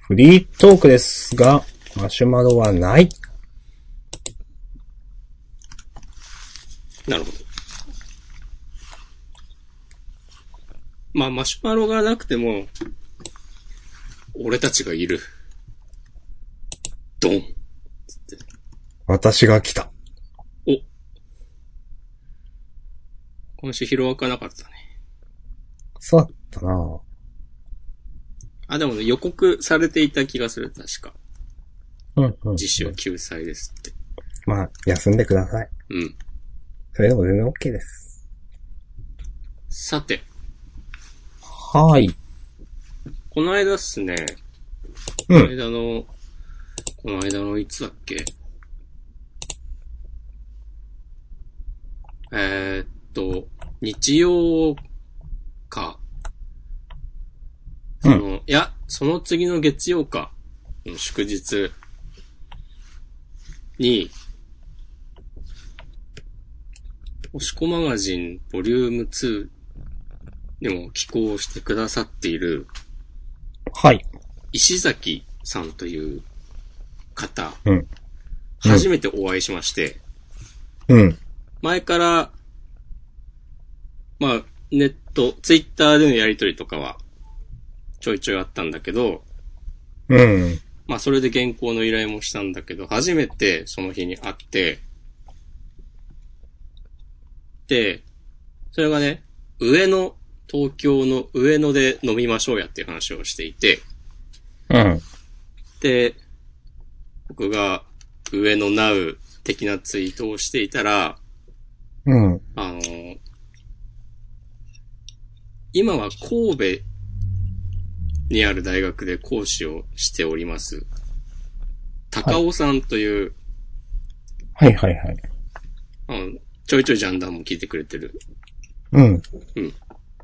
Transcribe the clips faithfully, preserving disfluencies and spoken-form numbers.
フリートークですが、マシュマロはない。 なるほど。まあ、マシュマロがなくても、俺たちがいる。ドン。 私が来た。 お。今週ヒロアカなかったね。 そうだったな。 あ、でもね、予告されていた気がする、確か。 うんうん、うん。 自主救済ですって。 まあ、休んでください。 うん。 それでも全然 OK です。 さて。 はーい。 この間っすね。 うん。 この間の、この間のいつだっけえー、っと、日曜か。その、うん、いや、その次の月曜か。祝日に、おしこマガジンボリュームツーにも寄稿してくださっている、 はい。 石崎さんという方、 うん、 初めてお会いしまして、 うん。 前から、まあ、ネット、ツイッターでのやりとりとかは、ちょいちょいあったんだけど、 うん。 まあ、それで原稿の依頼もしたんだけど、初めてその日に会って、で、それがね、上野、東京の上野で飲みましょうやっていう話をしていて、 うん。 で、僕が上野ナウ的なツイートをしていたら、 うん。 あの、今は神戸にある大学で講師をしております、高尾さんという、 はい、はいはいはい。 あのちょいちょいジャンダンも聞いてくれてる。 うん。 うん。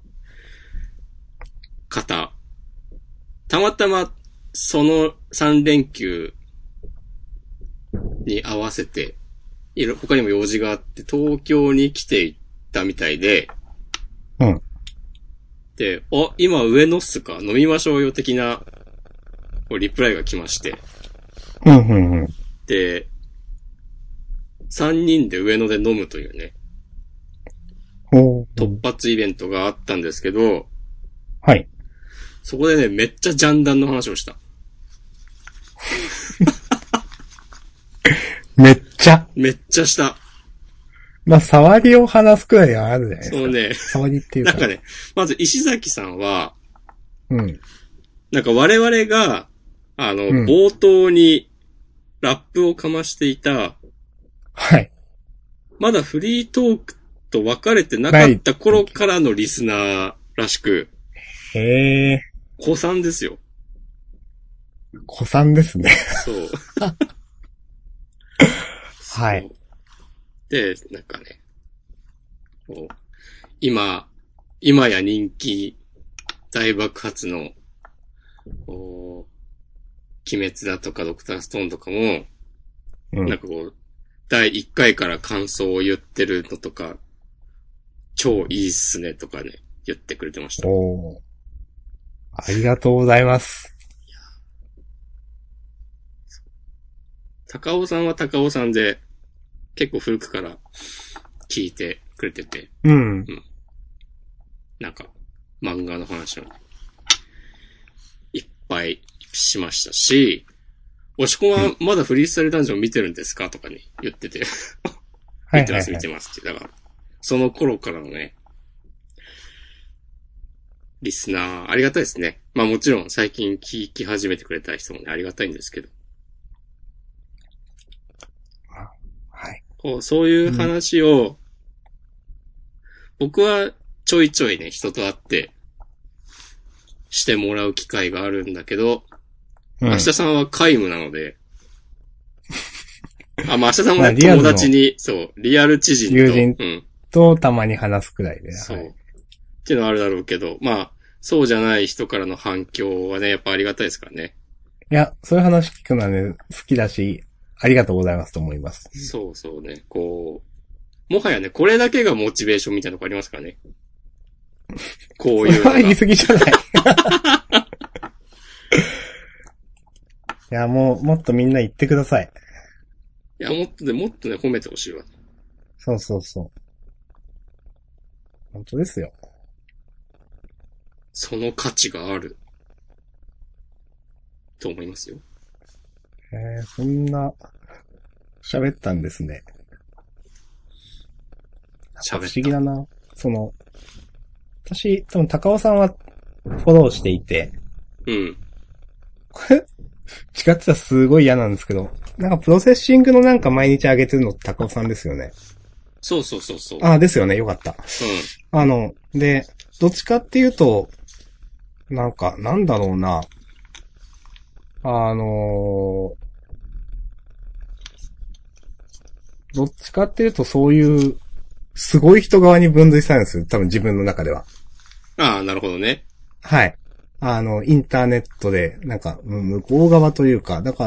方。たまたま、そのさん連休に合わせて、いろ、他にも用事があって、東京に来ていったみたいで、 うん。 で、あ、今上野っすか飲みましょうよ的な、リプライが来まして。 うん、うん、うん。 で、さんにんで上野で飲むというね、突発イベントがあったんですけど、 はい。 そこでね、めっちゃジャンダンの話をした。 めっちゃ。 めっちゃした。 まあ、触りを話すくらいはあるじゃないですか。 そうね。 触りっていうか。 なんかね、まず石崎さんは、 うん。 なんか我々が、あの、うん、冒頭にラップをかましていた、 はい。 まだフリートークと分かれてなかった頃からのリスナーらしく、 へー。 子さんですよ。 子さんですね。 そう。 はい。 で、なんかね、こう今、今や人気大爆発の、こう鬼滅だとかドクターストーンとかも、うん、なんかこう、だいいっかいから感想を言ってるのとか、超いいっすねとかね、言ってくれてました。 おー。ありがとうございます。いや高尾さんは高尾さんで、結構古くから聞いてくれてて。 うん。うん。 なんか、漫画の話をいっぱいしましたし、おしこはまだフリースタイルダンジョン見てるんですかとかに言ってて。見てます見てますって。だから、その頃からのね、リスナー、ありがたいですね。まあもちろん最近聞き始めてくれた人もね、ありがたいんですけど。 はい。 こうそういう話を、うん、僕はちょいちょいね、人と会って、してもらう機会があるんだけど、うん、明日さんは皆無なので、あ、まあ明日さんもね、友達に、そう、リアル知人と、 友人とたまに話すくらいで、うん、 そう。っていうのはあるだろうけど、まあ、そうじゃない人からの反響はね、やっぱありがたいですからね。 いや、そういう話聞くのはね、好きだし、ありがとうございますと思います。 そうそうね、こう、もはやね、これだけがモチベーションみたいなとこありますからね。こういうのが。 それは言い過ぎじゃない。 や、もう、もっとみんな言ってください。 いや、もっとね、もっとね、褒めてほしいわ。 そうそうそう。本当ですよ。 その価値がある。と思いますよ。 えー、そんな、喋ったんですね。 喋った。 不思議だな。その、私、多分高尾さんはフォローしていて、 うん。 これ、違ってたらすごい嫌なんですけど、なんかプロセッシングのなんか毎日上げてるのって高尾さんですよね。 そうそうそうそう。 ああ、ですよね。よかった。 うん。 あの、で、どっちかっていうと、なんか、なんだろうな。あのー、どっちかっていうとそういう、すごい人側に分類されるんですよ。多分自分の中では。 ああ、なるほどね。 はい。あの、インターネットで、なんか、向こう側というか、だから、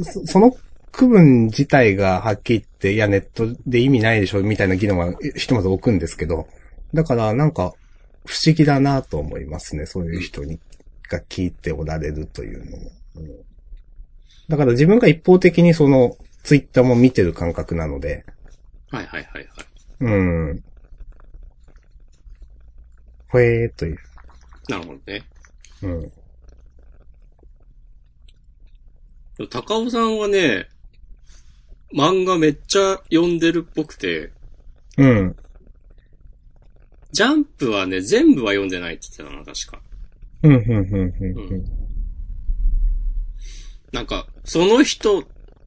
そその区分自体がはっきり言って、いや、ネットで意味ないでしょ、みたいな議論はひとまず置くんですけど、だから、なんか、不思議だなと思いますね。そういう人に、が聞いておられるというのも。うん、だから自分が一方的にその、ツイッターも見てる感覚なので。 はいはいはいはい。 うん。ほえーという。 なるほどね。 うん。 高尾さんはね、漫画めっちゃ読んでるっぽくて、 うん。 ジャンプはね、全部は読んでないって言ってたな、確か。 うん、うん、うん、うん。うん、 なんか、その人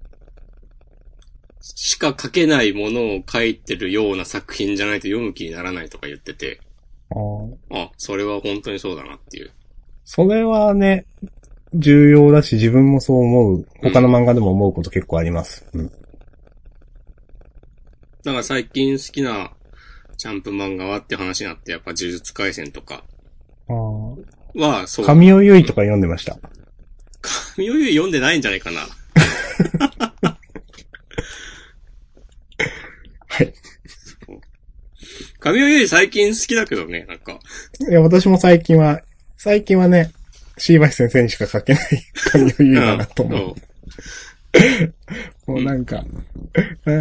しか書けないものを書いてるような作品じゃないと読む気にならないとか言ってて、 ああ。 あ、それは本当にそうだなっていう。 それはね、重要だし、自分もそう思う。他の漫画でも思うこと結構あります。うん。 だから最近好きなジャンプ漫画はって話になって、やっぱ呪術廻戦とかは、そう。 神尾結衣とか読んでました。 神尾結衣読んでないんじゃないかな。 はい。 神尾結衣最近好きだけどね、なんか。 いや、私も最近は、最近はね、椎橋先生にしか書けない神尾結衣だなと思う。もうなんか、うん、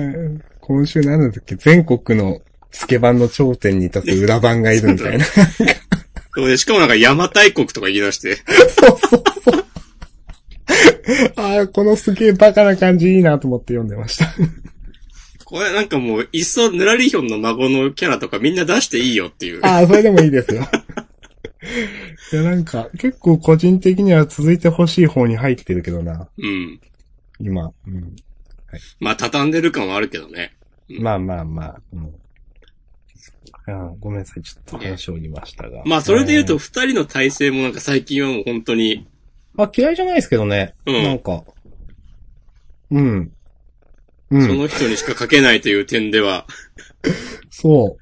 今週なんだっけ、全国のスケバンの頂点に立つ裏番がいるみたいな。 そうで、しかもなんか邪馬台国とか言い出して。 そうそうそう。ああ、このすげえバカな感じいいなと思って読んでました。 これなんかもう、いっそヌラリヒョンの孫のキャラとかみんな出していいよっていう。 ああ、それでもいいですよ。いや、なんか、結構個人的には続いてほしい方に入ってるけどな。 うん。 今。うん。 はい、まあ、畳んでる感はあるけどね。 うん、まあまあまあ。うん。あごめんなさい。ちょっと話を言いましたが。 まあ、それで言うと、二人の体制もなんか最近はもう本当に。 あ、嫌いじゃないですけどね。うん。なんか。うん。 うん。その人にしか書けないという点では。 そう。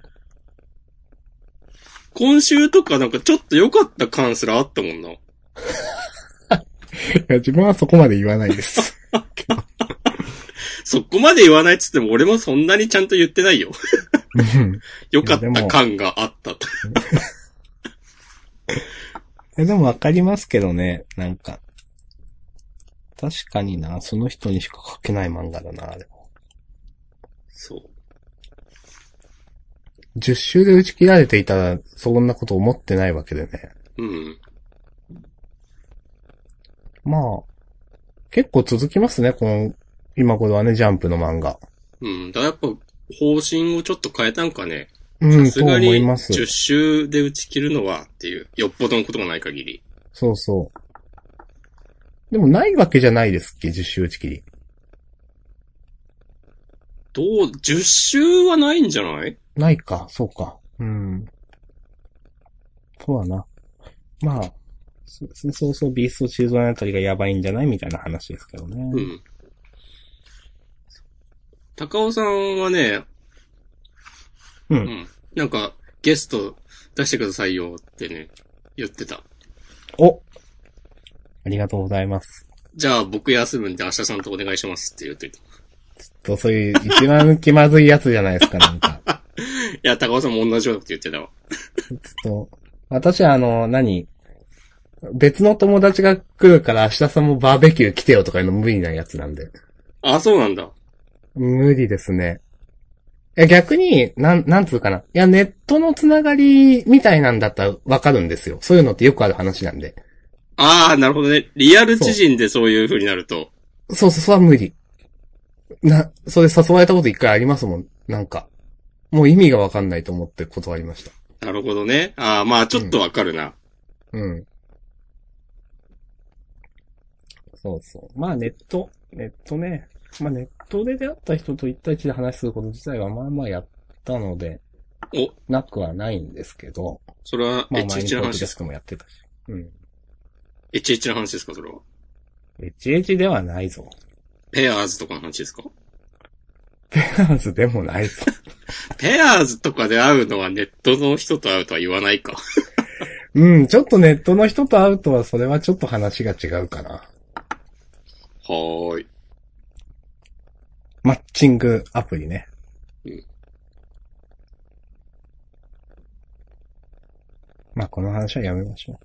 今週とかなんかちょっと良かった感すらあったもんな。いや、自分はそこまで言わないです。 そこまで言わないっつっても俺もそんなにちゃんと言ってないよ。良かった感があったと。 え、でもわかりますけどね、なんか。確かにな、その人にしか書けない漫画だな、あれも。 そう。 じゅっ週で打ち切られていたら、そんなこと思ってないわけでね。 うん。 まあ、結構続きますね、この、今頃はね、ジャンプの漫画。 うん。だからやっぱ、方針をちょっと変えたんかね。 うん、と思います。 じゅっ週で打ち切るのはっていう、よっぽどのことがない限り。 そうそう。でもないわけじゃないですっけ、じゅっ週打ち切り。 どう、じゅっ週はないんじゃない？ ないか、そうか。うん。そうだな。まあ、そうそうそう、ビーストチルドレンあたりがやばいんじゃないみたいな話ですけどね。 うん。高尾さんはね、 うん。 うん。なんか、ゲスト出してくださいよってね、言ってた。 お！ありがとうございます。 じゃあ僕休むんで明日さんとお願いしますって言ってた。 ちょっとそういう一番気まずいやつじゃないですか、なんか。 いや、高尾さんも同じようなこと言ってたわ。 ちょっと、私はあの、何別の友達が来るから明日さんもバーベキュー来てよとかいうの無理なやつなんで。 あ、そうなんだ。 無理ですね。いや逆に、なん、なんつうかな。いや、ネットのつながりみたいなんだったらわかるんですよ。そういうのってよくある話なんで。 ああ、なるほどね。リアル知人でそういう風になると。 そうそう、それは無理。な、それ誘われたこと一回ありますもん。なんか。もう意味がわかんないと思って断りました。 なるほどね。ああ、まあちょっとわかるな。 うん。うん。そうそう。まあネット、ネットね。まあネットで出会った人と一対一で話すること自体はまあまあやったので、 お、 なくはないんですけど。 それはまあエチエチの前にポッドキャス話ですか？ トもやってたし。うん。 エチエチの話ですかそれは。 エチエチではないぞ。 ペアーズとかの話ですか？ ペアーズでもないぞ。 ペアーズとかで会うのはネットの人と会うとは言わないか。 うん、ちょっとネットの人と会うとはそれはちょっと話が違うかな。 はーい。 マッチングアプリね。 うん。 まあこの話はやめましょう。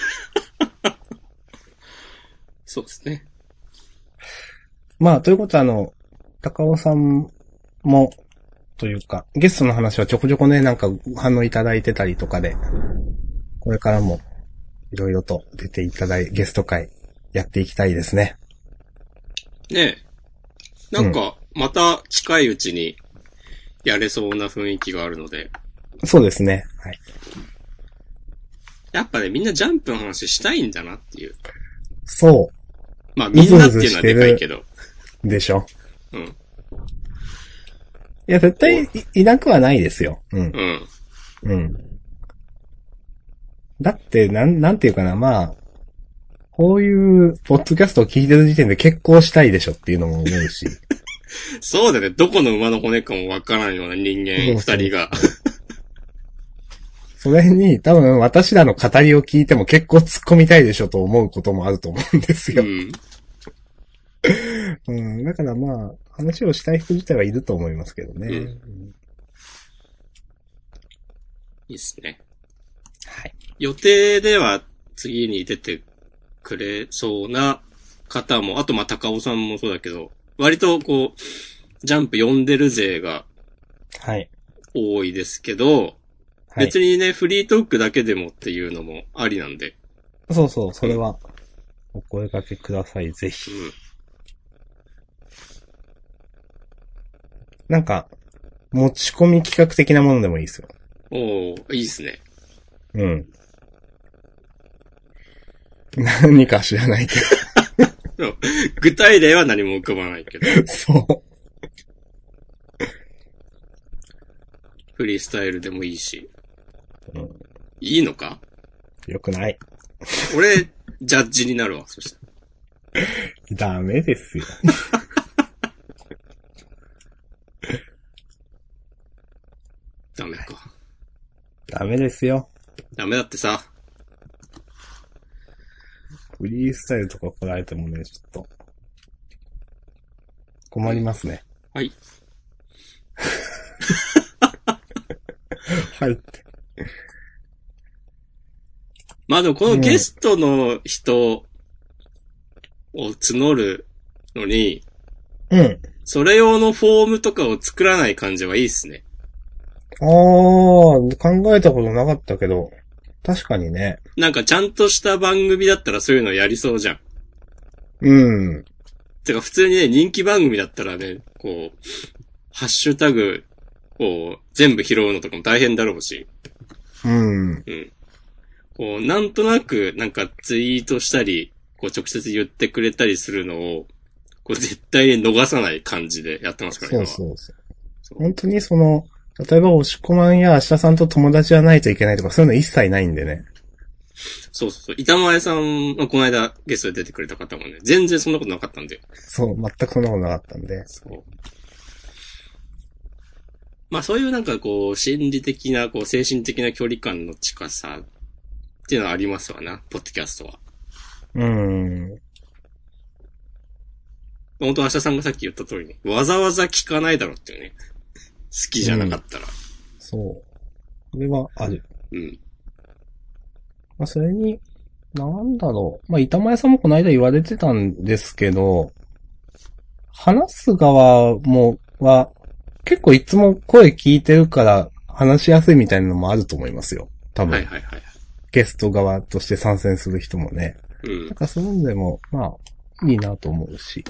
そうですね。 まあということはあの、高尾さんも、というか、ゲストの話はちょこちょこね、なんか反応いただいてたりとかで、これからもいろいろと出ていただい、ゲスト会やっていきたいですね。 ねえ。なんか、また近いうちにやれそうな雰囲気があるので。 そうですね。はい。 やっぱね、みんなジャンプの話したいんだなっていう。 そまあみんなっていうのはでかいけど。 う。でしょ。 うん。 いや、絶対い、いなくはないですよ。うん。 うん。 うん。だって、なん、なんていうかな、まあ、こういう、ポッドキャストを聞いてる時点で結婚したいでしょっていうのも思うし。 そうだね。どこの馬の骨かもわからないような人間二人が。 それに、多分私らの語りを聞いても結構突っ込みたいでしょと思うこともあると思うんですよ。 うん。 うん。だからまあ、話をしたい人自体はいると思いますけどね。 うんうんいいっすね。 はい。 予定では次に出てくれそうな方も、あとまあ高尾さんもそうだけど、割とこう、ジャンプ読んでる勢がはい。 多いですけど、 はい、 別にね、フリートークだけでもっていうのもありなんで。 そうそう、それは、お声掛けください、ぜひ。 うん。 なんか、持ち込み企画的なものでもいいですよ。 おー、いいっすね。 うん。何か知らないけど。具体例は何も浮かばないけど。 そう。 フリースタイルでもいいし。 うん、 いいのか？ よくない。 俺、ジャッジになるわ、そしたら。 ダメですよ。 ダメか。 ダメですよ。 ダメだってさ。 フリースタイルとか来られてもね、ちょっと、困りますね。 はい。 はいって。 まあでもこのゲストの人を募るのに、 うん。 それ用のフォームとかを作らない感じはいいっすね。 あー、考えたことなかったけど、確かにね。 なんかちゃんとした番組だったらそういうのやりそうじゃん。 うん。 てか普通にね、人気番組だったらね、こう、ハッシュタグを全部拾うのとかも大変だろうし。 うん。 うん。こう、なんとなく、なんかツイートしたり、こう直接言ってくれたりするのを、こう絶対に逃さない感じでやってますからね。 そうそうそう。 そう本当にその、例えば押し込まんや明日さんと友達じゃないといけないとかそういうの一切ないんでね。 そうそうそう。板前さんのこの間ゲストで出てくれた方もね、全然そんなことなかったんで。 そう、全くそんなことなかったんで。 そう。まあそういうなんかこう、心理的な、こう、精神的な距離感の近さっていうのはありますわな、ポッドキャストは。 うーん。 本当明日さんがさっき言った通りに、わざわざ聞かないだろっていうね。好きじゃなかったら。うん、 そう。これはある。 うん。 まあそれに、 なんだろう。まあ、板前さんもこの間言われてたんですけど、話す側も、は、結構いつも声聞いてるから話しやすいみたいなのもあると思いますよ。多分。 はいはいはい。 ゲスト側として参戦する人もね。 うん。 なんかそういうのでも、まあ、いいなと思うし。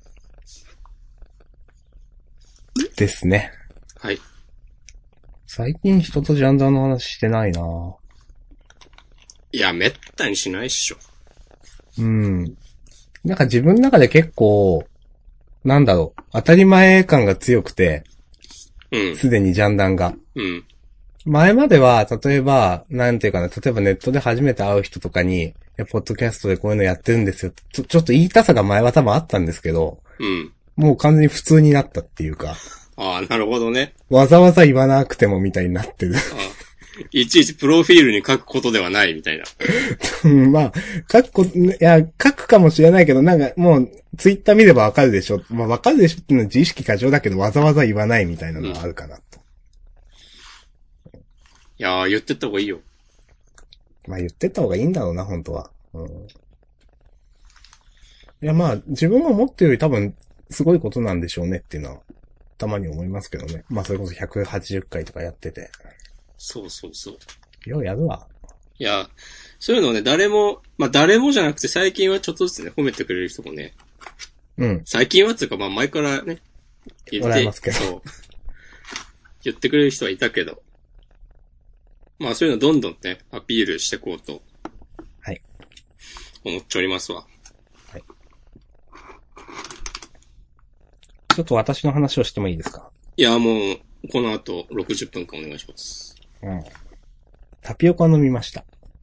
ですね。 はい。 最近人とジャンダーの話してないないや、めったにしないっしょ。 うん。なんか自分の中で結構、なんだろう、当たり前感が強くて、 うん。 すでにジャンダンが。 うん。 前までは、例えば、なんていうかな、例えばネットで初めて会う人とかに、いや、ポッドキャストでこういうのやってるんですよ。ちょ、ちょっと言いたさが前は多分あったんですけど、 うん。 もう完全に普通になったっていうか、 ああ、なるほどね。 わざわざ言わなくてもみたいになってる。 ああいちいちプロフィールに書くことではないみたいな。 うんまあ、書くこ、いや、書くかもしれないけど、なんかもう、ツイッター見ればわかるでしょ。まあわかるでしょっていうのは自意識過剰だけど、わざわざ言わないみたいなのはあるかなと。 いやー、言ってった方がいいよ。 まあ言ってった方がいいんだろうな、本当は。うん、いやまあ、自分が思ってるより多分、すごいことなんでしょうねっていうのは、たまに思いますけどね。まあそれこそひゃくはちじゅっかいとかやってて。 そうそうそう。 ようやるわ。 いや、そういうのをね、誰も、まあ誰もじゃなくて最近はちょっとずつね、褒めてくれる人もね、 うん。 最近はっていうかまあ前からね、言って、 もらえますけど。 そう。言ってくれる人はいたけど、まあそういうのどんどんね、アピールしていこうと。 はい。 思っておりますわ。 はい。ちょっと私の話をしてもいいですか？ いや、もう、この後ろくじゅっぷんかんお願いします。 うん。タピオカ飲みました。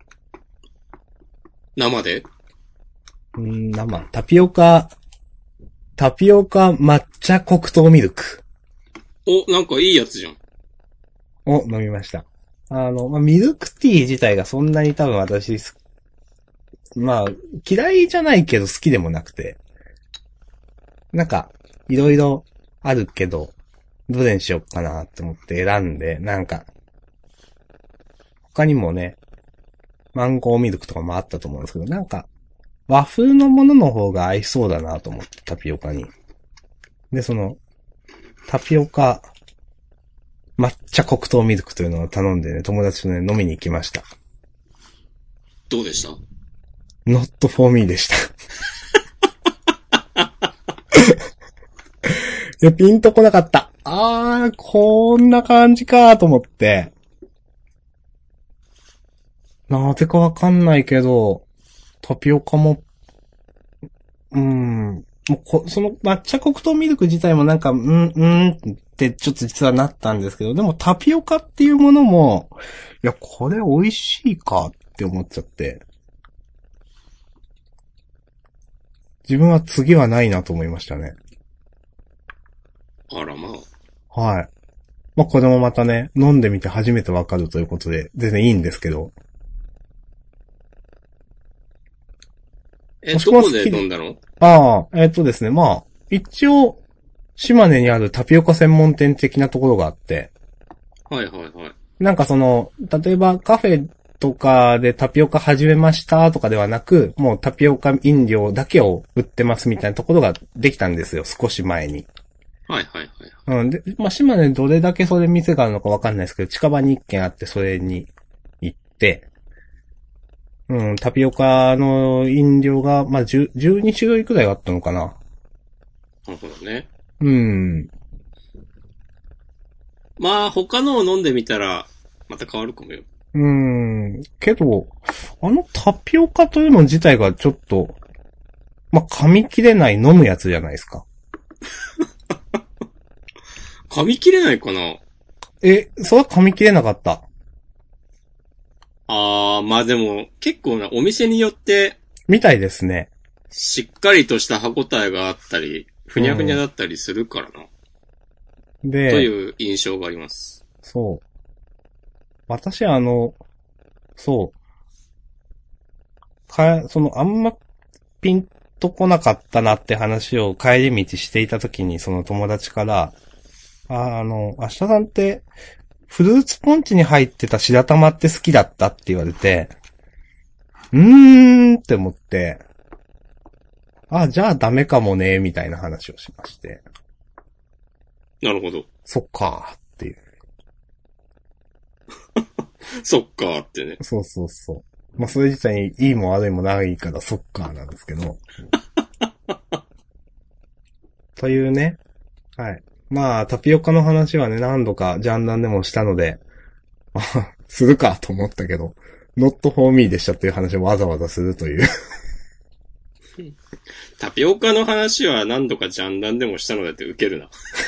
生で？ うん、生。タピオカ、タピオカ抹茶黒糖ミルクお、なんかいいやつじゃん。 を飲みました。あの、まあ、ミルクティー自体がそんなに多分私、まあ、嫌いじゃないけど好きでもなくて。なんか、いろいろあるけど、どれにしよっかなって思って選んで、なんか、他にもね、マンゴーミルクとかもあったと思うんですけど、なんか、和風のものの方が合いそうだなと思って、タピオカに。で、その、タピオカ、抹茶黒糖ミルクというのを頼んでね、友達とね、飲みに行きました。 どうでした？ not for me でした。いや、ピンとこなかった。あー、こんな感じかと思って。なぜかわかんないけど、タピオカも、うーん、もうこ、その抹茶黒糖ミルク自体もなんか、うん、うんってちょっと実はなったんですけど、でもタピオカっていうものも、いや、これ美味しいかって思っちゃって。自分は次はないなと思いましたね。 あらまあ。 はい。まあ、これもまたね、飲んでみて初めてわかるということで、全然いいんですけど。 え、どこで飲んだの？ ああ、えっとですね、まあ、一応、島根にあるタピオカ専門店的なところがあって、 はいはいはい。 なんかその、例えばカフェとかでタピオカ始めましたとかではなく、もうタピオカ飲料だけを売ってますみたいなところができたんですよ、少し前に。 はいはいはい。 うん。で、まあ、島根どれだけそれ店があるのかわかんないですけど、近場に一軒あってそれに行って、うん、タピオカの飲料が、まあ、じゅう、じゅうに種類くらいあったのかな。 なるほどね。 うん。 まあ、他のを飲んでみたら、また変わるかもよ。 うん。けど、あのタピオカというの自体がちょっと、まあ、噛み切れない飲むやつじゃないですか。 噛み切れないかな？ え、それは噛み切れなかった。 あー、まあでも、結構な、お店によって、 みたいですね。 しっかりとした歯応えがあったり、ふにゃふにゃだったりするからな。 うん、で、 という印象があります。 そう。私あの、そう。か、その、あんまピンとこなかったなって話を帰り道していた時に、その友達から、あ、あの、明日さんって、フルーツポンチに入ってた白玉って好きだったって言われて、 うーんって思って、あ、じゃあダメかもね、みたいな話をしまして。 なるほど。 そっかーっていう。 そっかーってね。 そうそうそう。まあ、それ自体にいいも悪いもないからそっかーなんですけど。というね。はい。まあ、タピオカの話はね、何度かジャンダンでもしたので、するかと思ったけど、not for me でしたっていう話をわざわざするという。 タピオカの話は何度かジャンダンでもしたのだってウケるな。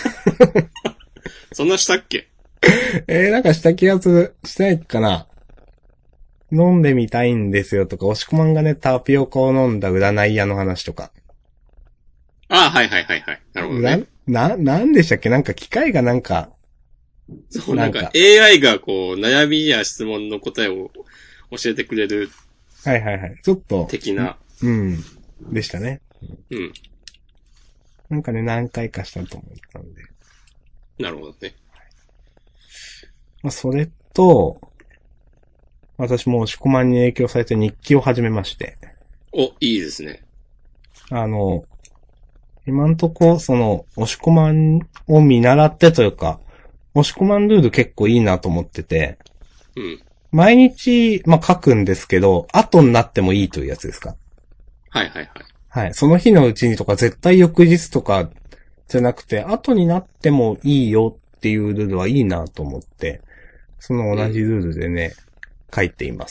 そんなしたっけ？ えー、なんかした気がする。してないかな。飲んでみたいんですよとか、押し込まんがね、タピオカを飲んだ占い屋の話とか。 ああ、はいはいはいはい。なるほどね。 な、な、なんでしたっけ？なんか機械がなんか、 そう、なんか エーアイ がこう、悩みや質問の答えを教えてくれる。 はいはいはい。ちょっと。 的な。 うん。でしたね。 うん。 なんかね、何回かしたと思ったんで。 なるほどね。 まあ、それと、私も押し込まんに影響されて日記を始めまして。 お、いいですね。 あの、今んとこ、その、押し込まんを見習ってというか、押し込まんルール結構いいなと思ってて、 うん。 毎日、まあ、書くんですけど、後になってもいいというやつですか？ はいはいはい。 はい。その日のうちにとか、絶対翌日とか、じゃなくて、後になってもいいよっていうルールはいいなと思って、その同じルールでね、うん、書いています。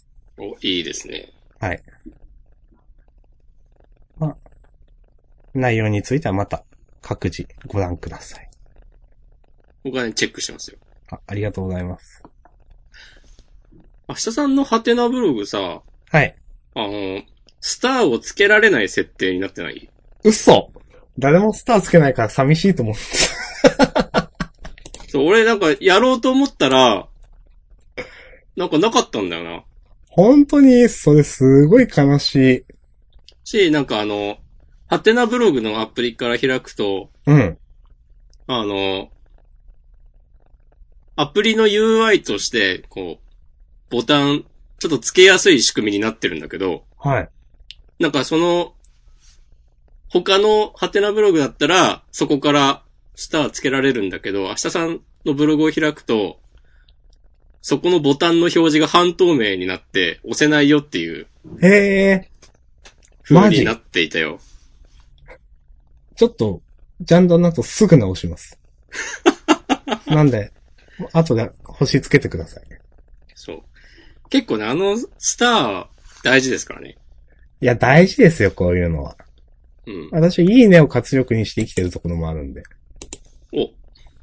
お、いいですね。 はい。まあ、内容についてはまた、各自ご覧ください。 僕はね、チェックしてますよ。 あ、ありがとうございます。 明日さんのハテナブログさ、 はい。 あの、スターをつけられない設定になってない？ 嘘！誰もスターつけないから寂しいと思ってた。 そう、俺なんかやろうと思ったら、なんかなかったんだよな。 本当に、それすごい悲しい。 し、なんかあの、ハテナブログのアプリから開くと、 うん。 あの、アプリの ユーアイ として、こう、ボタン、ちょっとつけやすい仕組みになってるんだけど、 はい。 なんかその、他のハテナブログだったら、そこからスターつけられるんだけど、明日さんのブログを開くと、そこのボタンの表示が半透明になって押せないよっていう。 へー。 風になっていたよ。 ちょっと、ジャンダンだとすぐ直します。なんで、後で星つけてください。 そう。結構ね、あのスター大事ですからね。 いや、大事ですよ、こういうのは。うん。私、いいねを活力にして生きてるところもあるんで。 お。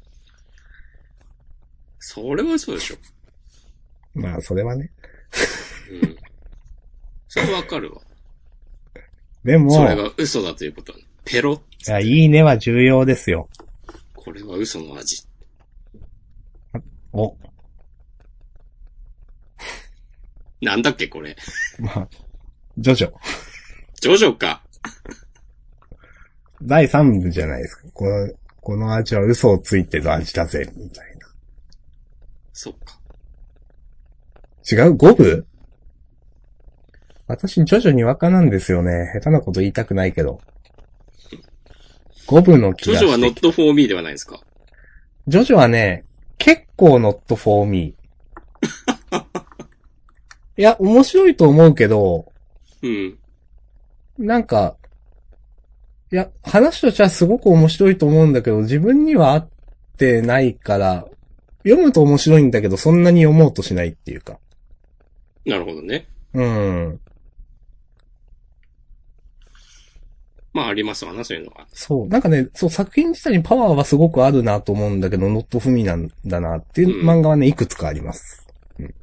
それはそうでしょ。 まあ、それはね。 うん。それわかるわ。 でも、 それが嘘だということは、ペロッ。 いや、いいねは重要ですよ。 これは嘘の味。 お。 なんだっけ、これ。 まあ、ジョジョ。 ジョジョか。 だいさんぶじゃないですか。この、この味は嘘をついてる味だぜ、みたいな。 そっか。 違う ?ご 部私、ジョジョにわかなんですよね。下手なこと言いたくないけど。ご部の気がして。 ジョジョは not for me ではないですか？ ジョジョはね、結構 not for me。いや、面白いと思うけど、 うん。 なんか、いや、話としてはすごく面白いと思うんだけど、自分には合ってないから、読むと面白いんだけど、そんなに読もうとしないっていうか。 なるほどね。 うん。 まあありますわな、そういうのは。 そう。なんかね、そう、作品自体にパワーはすごくあるなと思うんだけど、ノットフミなんだなっていう漫画はね、いくつかあります。 うん。うん。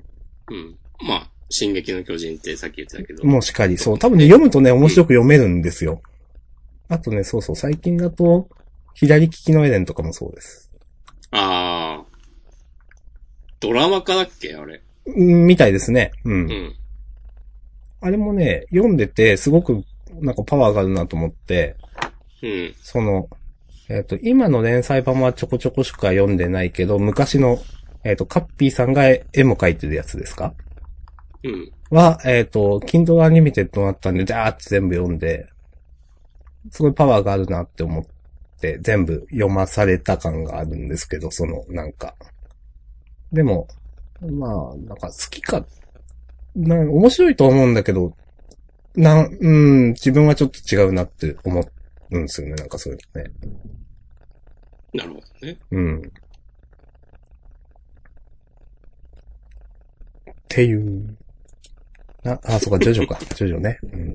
まあ、進撃の巨人ってさっき言ってたけど。 もうしっかり、そう。多分ね、読むとね、面白く読めるんですよ。うん、あとね、そうそう、最近だと、左利きのエレンとかもそうです。 ああ。ドラマ化だっけあれ。 みたいですね。うん。うん。あれもね、読んでて、すごく、なんかパワーがあるなと思って、 うん。 その、えっと、今の連載版はちょこちょこしか読んでないけど、昔の、えっと、カッピーさんが絵も描いてるやつですか？ うん。 は、えっ、と、Kindle Unlimited となったんで、ダーって全部読んで、すごいパワーがあるなって思って、全部読まされた感があるんですけど、その、なんか。でも、まあ、なんか好きか、な、面白いと思うんだけど、な、うん、自分はちょっと違うなって思うんですよね、なんかそういうのね。 なるほどね。 うん。っていう。あ、あ、そうか、ジョジョか。ジョジョね。うん。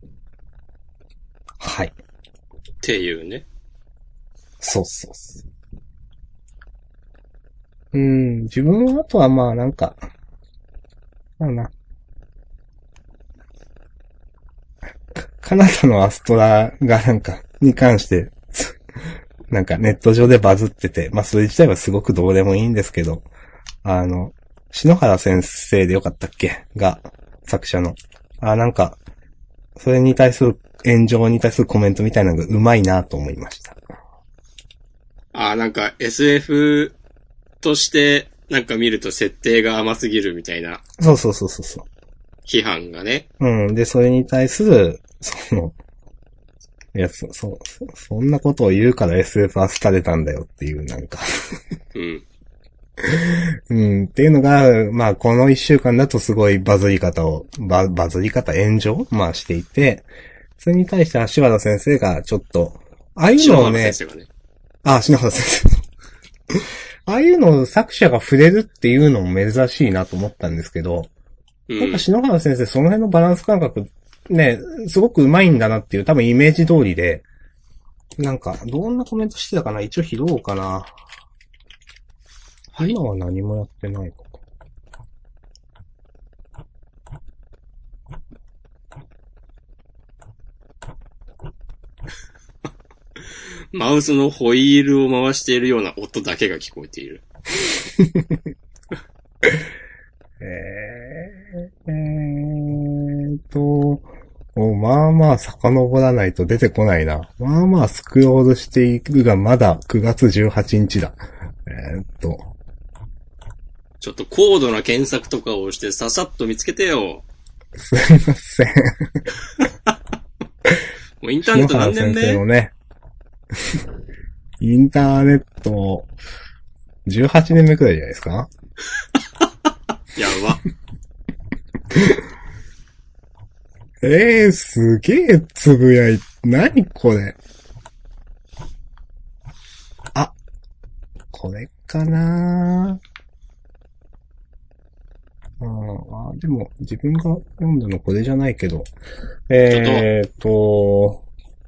はい。 っていうね。 そうそうそう。うん、自分はあとはまあなんか、なんだな。カナダのアストラがなんか、に関して、なんかネット上でバズってて、まあそれ自体はすごくどうでもいいんですけど、あの、篠原先生でよかったっけが、作者の。あ、なんか、それに対する、炎上に対するコメントみたいなのがうまいなと思いました。 ああ、なんか エスエフ として、なんか見ると設定が甘すぎるみたいなそうそうそうそうそう。 批判がね。 うん。で、それに対する、その、いや、そ、そ、そそんなことを言うから エスエフ は廃れたんだよっていう、なんかうん。 うん、っていうのが、まあ、この一週間だとすごいバズり方を、バ、バズり方、炎上まあしていて、それに対して足和田先生がちょっと、ああいう篠のをね、 原先生がね。 あ、篠原先生。ああいうのを作者が触れるっていうのも珍しいなと思ったんですけど、 うん。 なんか篠原先生その辺のバランス感覚、ね、すごく上手いんだなっていう多分イメージ通りで、なんか、どんなコメントしてたかな一応拾おうかな。 はい。 今は何もやってないのか。 マウスのホイールを回しているような音だけが聞こえている。 えー、えーと、おまあまあ遡らないと出てこないな。まあまあスクロールしていくがまだくがつじゅうはちにちだ。えーっと、 ちょっと高度な検索とかをしてささっと見つけてよ。 すいません。 もうインターネット何年篠原先生の目？ ね、インターネット、じゅうはちねんめくらいじゃないですか？ やば。 えー、すげえつぶやい、なにこれ。あ、これかなああ、でも、自分が読んだのこれじゃないけど。えーと、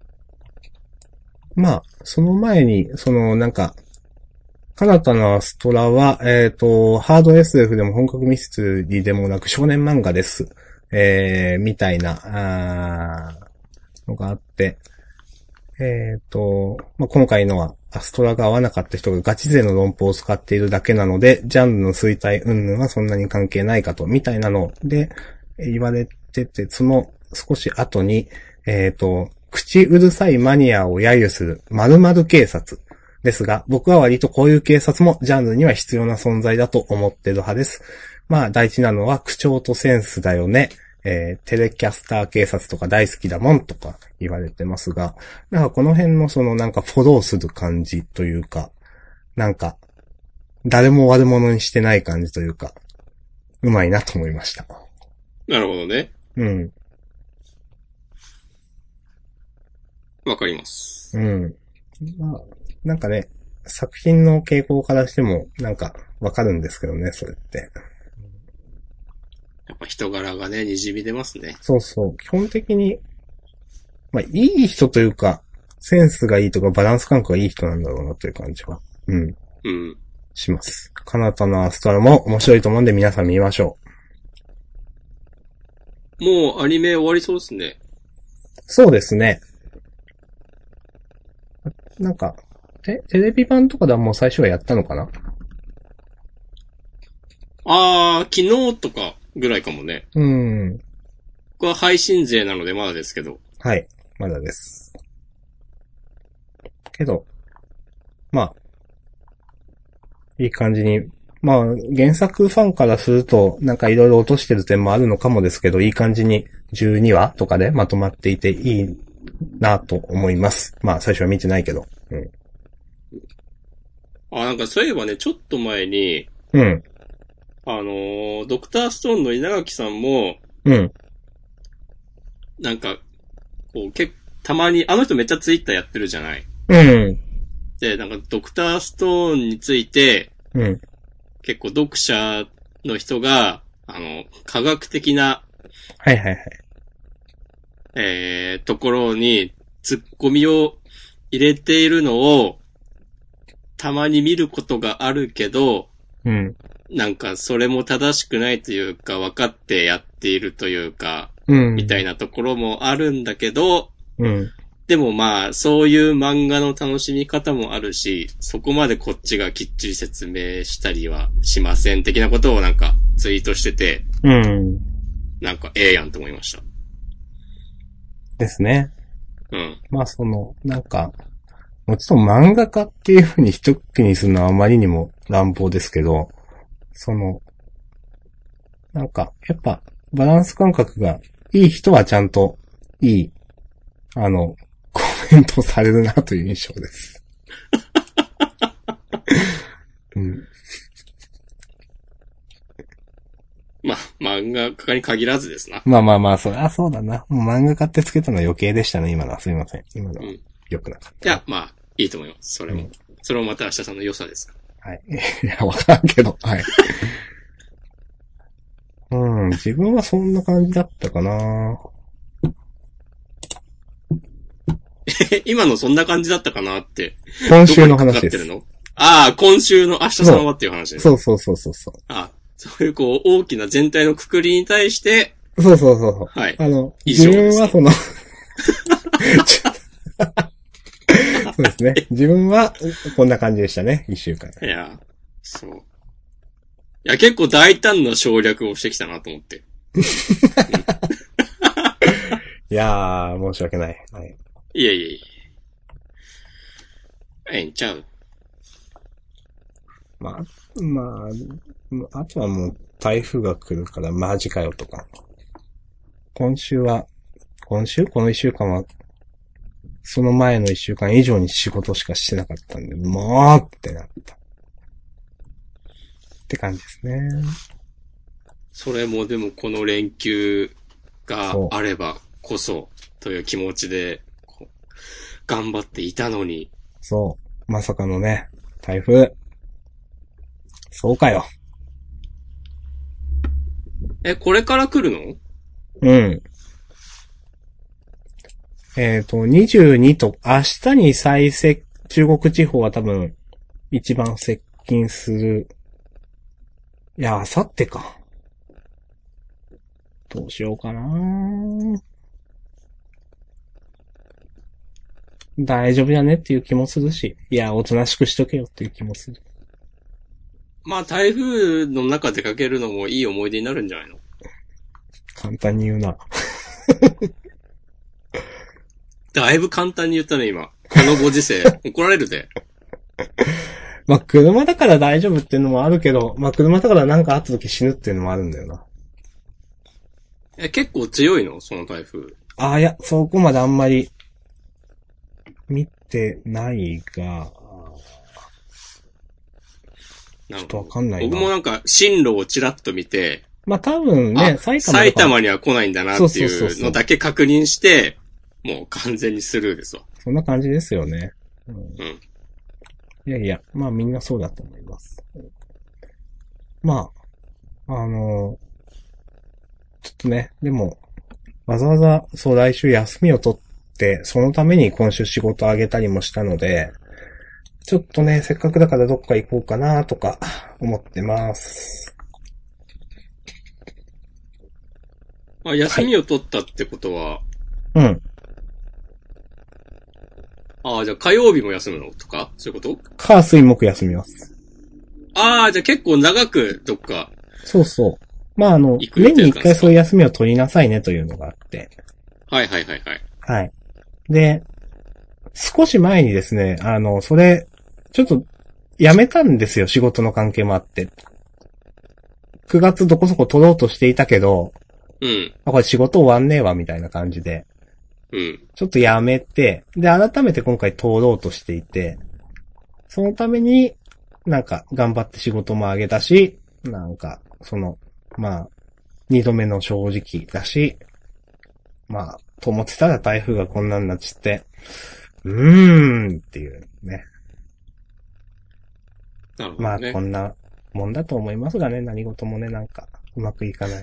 まあ、その前に、その、なんか、カナタのアストラは、えっと、ハード エスエフ でも本格ミステリーでもなく少年漫画です。えー、みたいな、あーのがあって、えっと、まあ、今回のは、アストラが合わなかった人がガチ勢の論法を使っているだけなので、ジャンルの衰退云々はそんなに関係ないかと、みたいなので、言われてて、その少し後に、えっと、口うるさいマニアを揶揄する〇〇警察。ですが、僕は割とこういう警察もジャンルには必要な存在だと思ってる派です。まあ、大事なのは口調とセンスだよね。えー、テレキャスター警察とか大好きだもんとか言われてますが、なんかこの辺のそのなんかフォローする感じというか、なんか、誰も悪者にしてない感じというか、うまいなと思いました。 なるほどね。 うん。 わかります。 うん。まあ、なんかね、作品の傾向からしても、なんか、わかるんですけどね、それって。 やっぱ人柄がね、滲み出ますね。 そうそう。基本的に、まあ、いい人というか、センスがいいとかバランス感覚がいい人なんだろうなという感じは、うん、 うん。 します。カナタのアストラも面白いと思うんで皆さん見ましょもうアニメ終わりそうですね。 う。そうですね。なんか、テ、テレビ版とかではもう最初はやったのかな？ あー、昨日とかぐらいかもね。 うん。 僕は配信勢なのでまだですけど。 はい。まだです。けど、まあ、いい感じにまあ、原作ファンからすると、なんかいろいろ落としてる点もあるのかもですけど、いい感じにじゅうにわとかでまとまっていていいなと思います。まあ、最初は見てないけど。うん。 あ、なんかそういえばね、ちょっと前に、 うん。 あのー、ドクターストーンの稲垣さんも、 うん。 なんか、こう、けたまに、あの人めっちゃツイッターやってるじゃない。 うん。 で、なんかドクターストーンについて、 うん。 結構読者の人が、あの、科学的な、 はいはいはい。 えー、ところに、突っ込みを入れているのを、たまに見ることがあるけど、 うん。 なんかそれも正しくないというか、分かってやっているというか、 うん。 みたいなところもあるんだけど、 うん。 でもまあ、そういう漫画の楽しみ方もあるし、そこまでこっちがきっちり説明したりはしません的なことをなんかツイートしてて、 うん。 なんかええやんと思いました。 ですね。 うん。 まあその、なんか、もちろん漫画家っていう風に一気にするのはあまりにも乱暴ですけど、その、なんか、やっぱ、バランス感覚がいい人はちゃんといい、あの、コメントされるなという印象です。うん、 まあ、漫画家に限らずですな。 まあまあまあ、それはそうだな。もう漫画家ってつけたのは余計でしたね、今のは。すいません。今のは。良くなかった。 いや、まあ、いいと思います。それも。うん、それもまた明日さんの良さですから。はい。いや、わからんけど、はい。うん、自分はそんな感じだったかな。 今のそんな感じだったかなって。 今週の話です。 どこにかかってるの？ああ、今週の明日さんはっていう話です。 そうそうそうそうそう。 ああ、そういうこう、大きな全体のくくりに対して、 そうそうそうそう。 はい。 あの、自分はそのそうですね。自分はこんな感じでしたね、一週間。 いや、そう。いや、結構大胆な省略をしてきたなと思って。 いやー、申し訳ない。はい。 いえいえいえ。ええんちゃう。 まあ、まあ、あとはもう台風が来るからマジかよとか。今週は、今週この一週間は、その前の一週間以上に仕事しかしてなかったんで、もうってなった。って感じですね。 それもでもこの連休があればこそという気持ちで頑張っていたのに。 そう。まさかのね、台風。そうかよ。 え、これから来るの？ うん。えっと、にじゅうにと、明日に最接、中国地方は多分、一番接近する。いや、明後日か。どうしようかな。大丈夫やねっていう気もするし、いや、おとなしくしとけよっていう気もする。 まあ、台風の中出かけるのもいい思い出になるんじゃないの？ 簡単に言うな。 だいぶ簡単に言ったね、今。このご時世。怒られるで。 まあ、車だから大丈夫っていうのもあるけど、まあ、車だからなんかあった時死ぬっていうのもあるんだよな。 え、結構強いの？その台風。 ああ、いや、そこまであんまり、見てないが、ちょっとわかんないな。 僕もなんか、進路をちらっと見て、 まあ、多分ね、 埼玉埼玉には来ないんだなっていうのだけ確認して、もう完全にスルーですわ。 そんな感じですよね。うん。うん、 いやいや、まあみんなそうだと思います。まあ、あのー、ちょっとね、でも、わざわざ、そう来週休みを取って、そのために今週仕事あげたりもしたので、ちょっとね、せっかくだからどっか行こうかなとか、思ってます。 あ、休みを取ったってことは、 はい、うん。 ああ、じゃあ火曜日も休むのとかそういうこと？ 火水木休みます。 ああ、じゃあ結構長くどっか。 そうそう。まああの、年に一回そういう休みを取りなさいねというのがあって。 はいはいはいはい。 はい。で、少し前にですね、あの、それ、ちょっと、辞めたんですよ、仕事の関係もあって。 くがつどこそこ取ろうとしていたけど、 うん。 あ、これ仕事終わんねえわ、みたいな感じで。 うん。 ちょっとやめて、で、改めて今回通ろうとしていて、そのために、なんか、頑張って仕事も上げたし、なんか、その、まあ、二度目の正直だし、まあ、と思ってたら台風がこんなんなっちって、うーんっていうね。 なるほどね。 まあ、こんなもんだと思いますがね、何事もね、なんか、うまくいかない。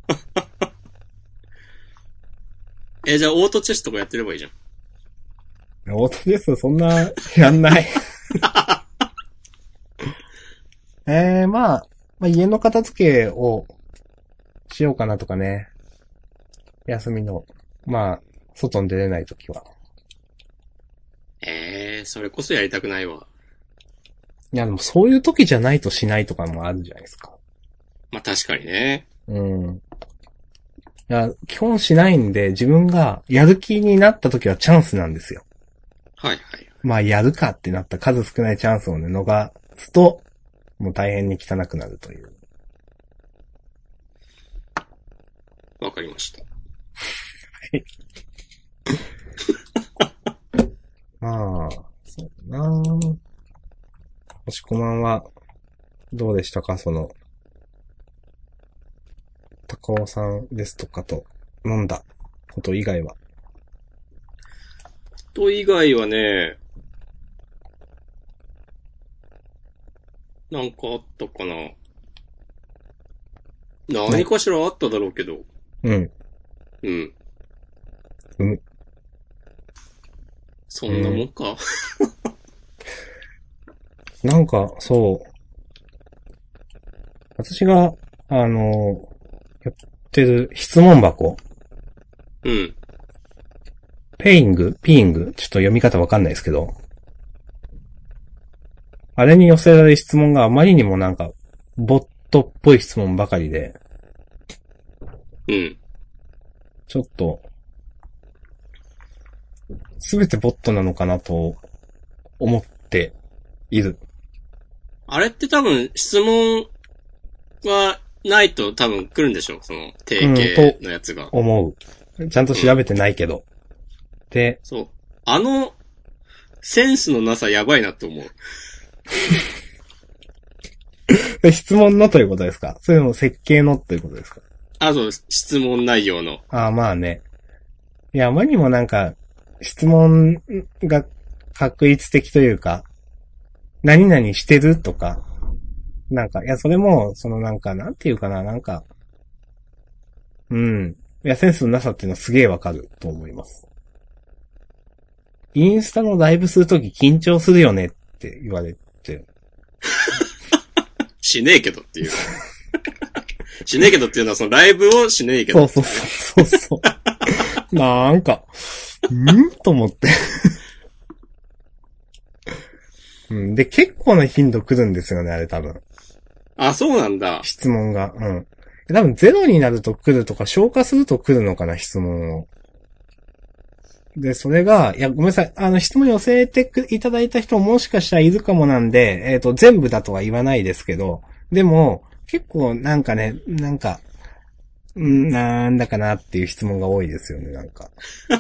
え、じゃあオートチェスとかやってればいいじゃん。 オートチェスそんな、やんない。えー、まあ、まあ、家の片付けをしようかなとかね。休みの、まあ、外に出れないときは。 えー、それこそやりたくないわ。 いや、でもそういう時じゃないとしないとかもあるじゃないですか。 まあ確かにね。 うん。いや、基本しないんで、自分がやる気になった時はチャンスなんですよ。 はいはい。 まあ、やるかってなった数少ないチャンスをね、逃すと、もう大変に汚くなるという。 わかりました。 はい。まあ、そうだなぁ。もしこまんは、どうでしたかその、高尾さんですとかと飲んだこと以外は。 と以外はね、なんかあったかな。何かしらあっただろうけど。 うん。 うん。 うん。 そんなもんか。 なんか、そう。私が、あの、やってる質問箱。 うん。 ペイングピーイングちょっと読み方わかんないですけど。あれに寄せられる質問があまりにもなんか、ボットっぽい質問ばかりで。 うん。 ちょっと、すべてボットなのかなと思っている。 あれって多分質問はないと多分来るんでしょその定型のやつが。 うん、思う。ちゃんと調べてないけど。うん、で、 そう。あの、センスのなさやばいなって思う。 質問のということですか？それも設計のということですか？ あ、そう、質問内容の。 ああ、まあね。いや、あまりにもなんか、質問が確率的というか、何々してるとか、なんか、いや、それも、そのなんか、なんていうかな、なんか、うん。いや、センスのなさっていうのはすげえわかると思います。インスタのライブするとき緊張するよねって言われて。 しねえけどっていう。しねえけどっていうのはそのライブをしねえけど。 そうそうそうそう。なんか、んと思って。うん。で、結構な頻度来るんですよね、あれ多分。 あ、そうなんだ。 質問が。うん。多分ゼロになると来るとか消化すると来るのかな、質問を。で、それが、いや、ごめんなさい。あの、質問寄せていただいた人もしかしたらいるかもなんで、えっと、全部だとは言わないですけど、でも、結構なんかね、なんか、んなんだかなっていう質問が多いですよね、なんか。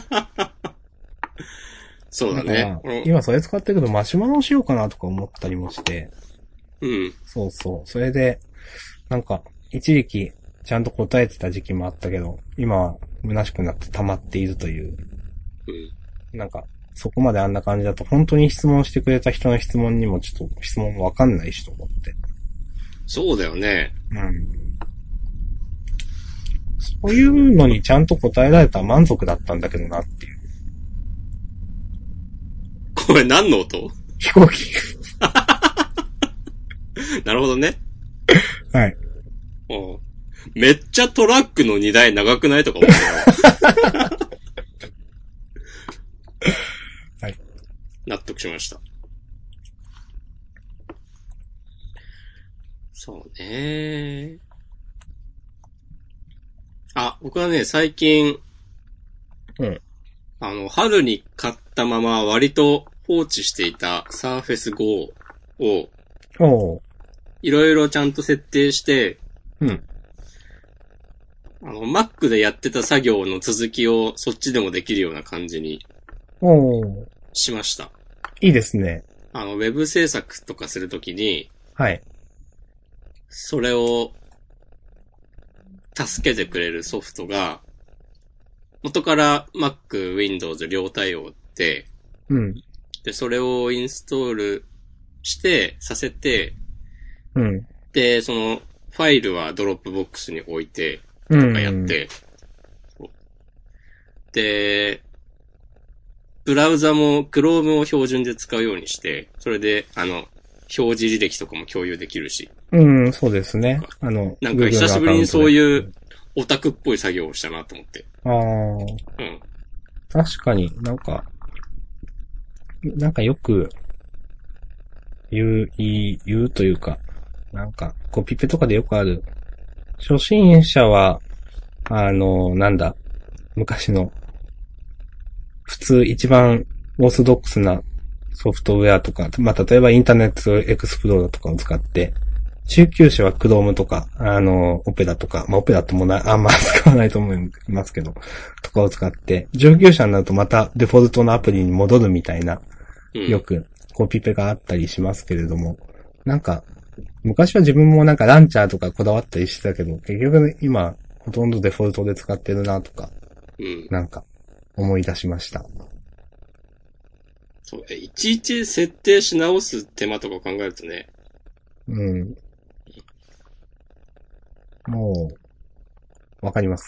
そうだね。 だ今それ使ってるけどマシュマロしようかなとか思ったりもして。 うん。 そうそう。それで、なんか、一時期、ちゃんと答えてた時期もあったけど、今は虚しくなって溜まっているという。 うん。 なんか、そこまであんな感じだと、本当に質問してくれた人の質問にもちょっと質問わかんないしと思って。 そうだよね。 うん。そういうのにちゃんと答えられたら満足だったんだけどなっていう。 これ何の音？ 飛行機。 なるほどね。 はい。 うん。めっちゃトラックの荷台長くないとか思ってた。 はい。 納得しました。そうね。あ、僕はね、最近、 うん。 あの、春に買ったまま割と放置していた Surface Go を、 おう。 いろいろちゃんと設定して、 うん。 あの、Mac でやってた作業の続きをそっちでもできるような感じにおー。 しました。 いいですね。 あの、ウェブ制作とかするときに、 はい。 それを助けてくれるソフトが、元から Mac、Windows 両対応で、 うん。 で、それをインストールして、させて、 うん。 で、その、ファイルはドロップボックスに置いて、とうん。 かやって、で、ブラウザも Chrome を標準で使うようにして、それで、あの、表示履歴とかも共有できるし。 うん、そうですね。あの、 なんか久しぶりにそういうオタクっぽい作業をしたなと思って。 ああ。 うん。 確かになんか、なんかよく言う、言い、言うというか、なんか、コピペとかでよくある。初心者は、あの、なんだ、昔の、普通一番オーソドックスなソフトウェアとか、まあ、例えばインターネットエクスプローラーとかを使って、中級者は Chrome とか、あの、オペラとか、まあ、オペラってもな、あんま使わないと思いますけど、とかを使って、上級者になるとまたデフォルトのアプリに戻るみたいな、よくコピペがあったりしますけれども、なんか、昔は自分もなんかランチャーとかこだわったりしてたけど、結局、ね、今、ほとんどデフォルトで使ってるなとか、 うん、 なんか、思い出しました。 そう、いちいち設定し直す手間とか考えるとね。 うん。もう、わかります。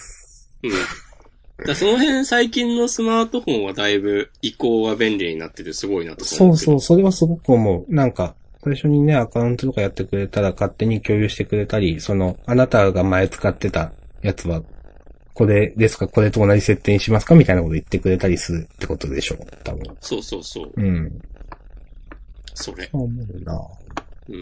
うん。だその辺最近のスマートフォンはだいぶ移行が便利になっててすごいなと思う。そうそう、それはすごく思う。なんか、最初にね、アカウントとかやってくれたら勝手に共有してくれたり、その、あなたが前使ってたやつは、これですか、これと同じ設定にしますかみたいなこと言ってくれたりするってことでしょう、多分。 そうそうそう。 うん。 それ。 思うな。 うん。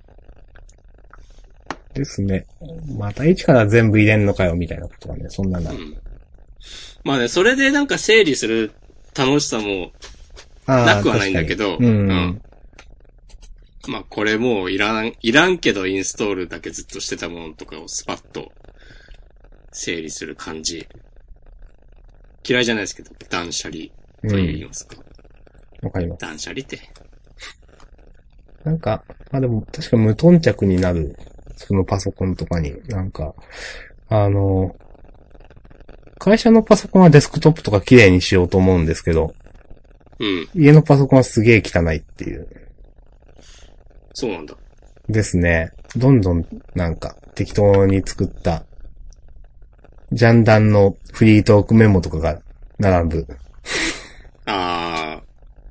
ですね。また一から全部入れんのかよ、みたいなことはね、そんなな。うん。 まあね、それでなんか整理する楽しさも、なくはないんだけど、うん、うん。まあこれもういらん、いらんけどインストールだけずっとしてたものとかをスパッと整理する感じ。嫌いじゃないですけど、断捨離と言いますか。わ、 うん、かります。 断捨離って。 なんか、まあでも確か無頓着になる、そのパソコンとかに、なんか、あの、会社のパソコンはデスクトップとか綺麗にしようと思うんですけど、 うん。 家のパソコンはすげえ汚いっていう。 そうなんだ。 ですね。どんどん、なんか、適当に作った、ジャンダンのフリートークメモとかが並ぶ。 ああ。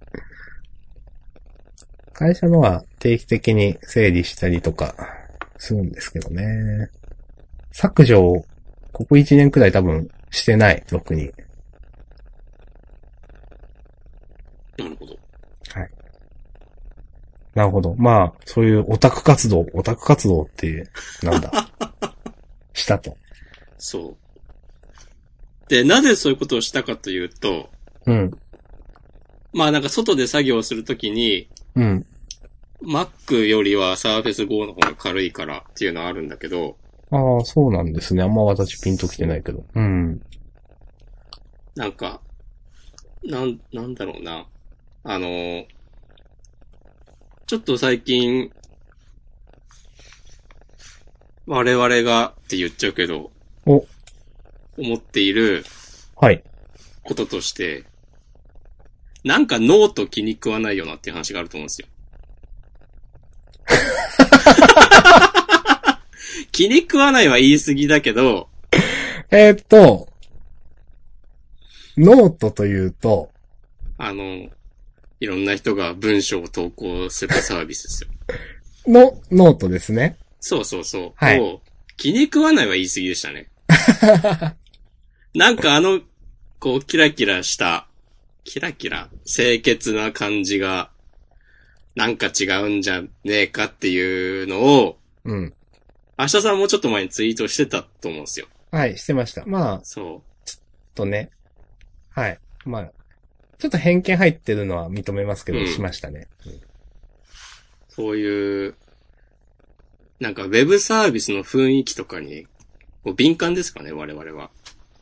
会社のは定期的に整理したりとかするんですけどね。削除をここいちねんくらい多分してない、特に。 なるほど。 はい。なるほど。まあ、そういうオタク活動、オタク活動っていう、なんだ。したと。 そう。で、なぜそういうことをしたかというと、 うん。 まあなんか外で作業するときに、 うん。 Mac よりは Surface Go の方が軽いからっていうのはあるんだけど。 ああ、そうなんですね。あんま私ピンときてないけど。うん。 なんか、なん、なんだろうな。あの、ちょっと最近、我々がって言っちゃうけど、 お。 思っている、 はい。 こととして、なんかノート気に食わないよなっていう話があると思うんですよ。気に食わないは言い過ぎだけど、 えー、っと、ノートというと、 あの、いろんな人が文章を投稿するサービスですよ。 の、ノートですね。 そうそうそう。 はい。 を気に食わないは言い過ぎでしたね。なんかあの、こう、キラキラした、キラキラ、清潔な感じが、なんか違うんじゃねえかっていうのを、 うん。 明日さんもちょっと前にツイートしてたと思うんですよ。 はい、してました。まあ、 そう。 ちょっとね。はい。まあ、ちょっと偏見入ってるのは認めますけど、うん、しましたね、うん。 そういう、 なんかウェブサービスの雰囲気とかに、こう敏感ですかね、我々は。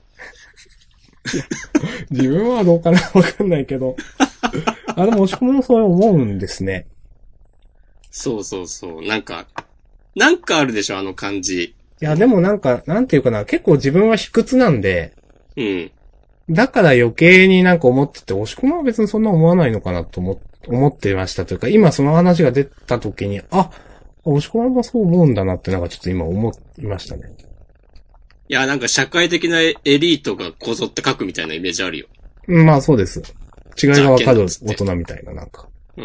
自分はどうかなわかんないけど。あ、でも押し込みもそう思うんですね。 そうそうそう。なんか、なんかあるでしょ、あの感じ。 いや、でもなんか、なんていうかな、結構自分は卑屈なんで、 うん。 だから余計になんか思ってて、押し込みは別にそんな思わないのかなと思、思ってましたというか、今その話が出た時に、あ、押し込みもそう思うんだなってなんかちょっと今思いましたね。 いや、なんか社会的なエリートがこぞって書くみたいなイメージあるよ。 うん、まあそうです。違いがわかる大人みたいな、なんか。 うん。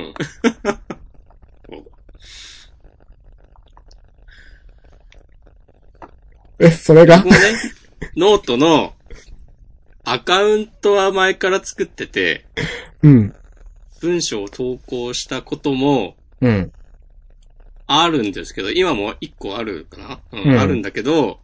え、それが僕もね、ノートのアカウントは前から作ってて、 うん。 文章を投稿したことも、 うん。 あるんですけど、今も一個あるかな、うん、 うん、 あるんだけど、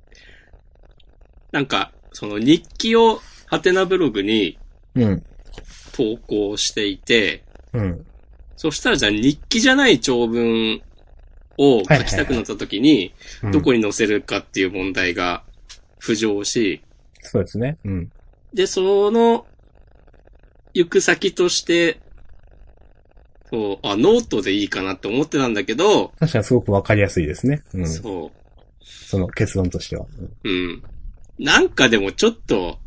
なんか、その日記をハテナブログに投稿していて、 うん。 そしたらじゃあ日記じゃない長文を書きたくなった時に、どこに載せるかっていう問題が浮上し、 そうですね。うん。 で、その、行く先として、そう、あ、ノートでいいかなって思ってたんだけど、 確かにすごくわかりやすいですね。うん。 そう。 その結論としては。 うん。なんかでもちょっと、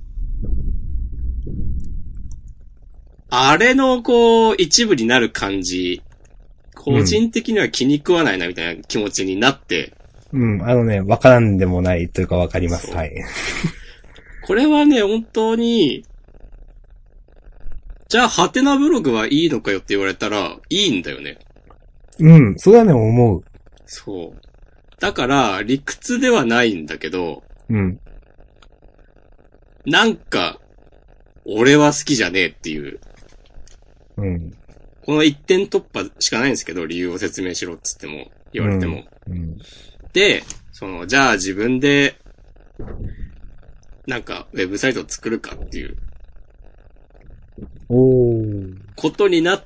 あれのこう、一部になる感じ、個人的には気に食わないなみたいな気持ちになって。 うん、うん、あのね、わからんでもないというかわかります。はい。 これはね、本当に、じゃあ、ハテナブログはいいのかよって言われたら、いいんだよね。 うん、それはね、思う。 そう。だから、理屈ではないんだけど、 うん。 なんか、俺は好きじゃねえっていう。 うん。 この一点突破しかないんですけど、理由を説明しろっつっても、言われても。 うん。うん、 で、その、じゃあ自分で、なんか、ウェブサイトを作るかっていう。 おー。 ことになって、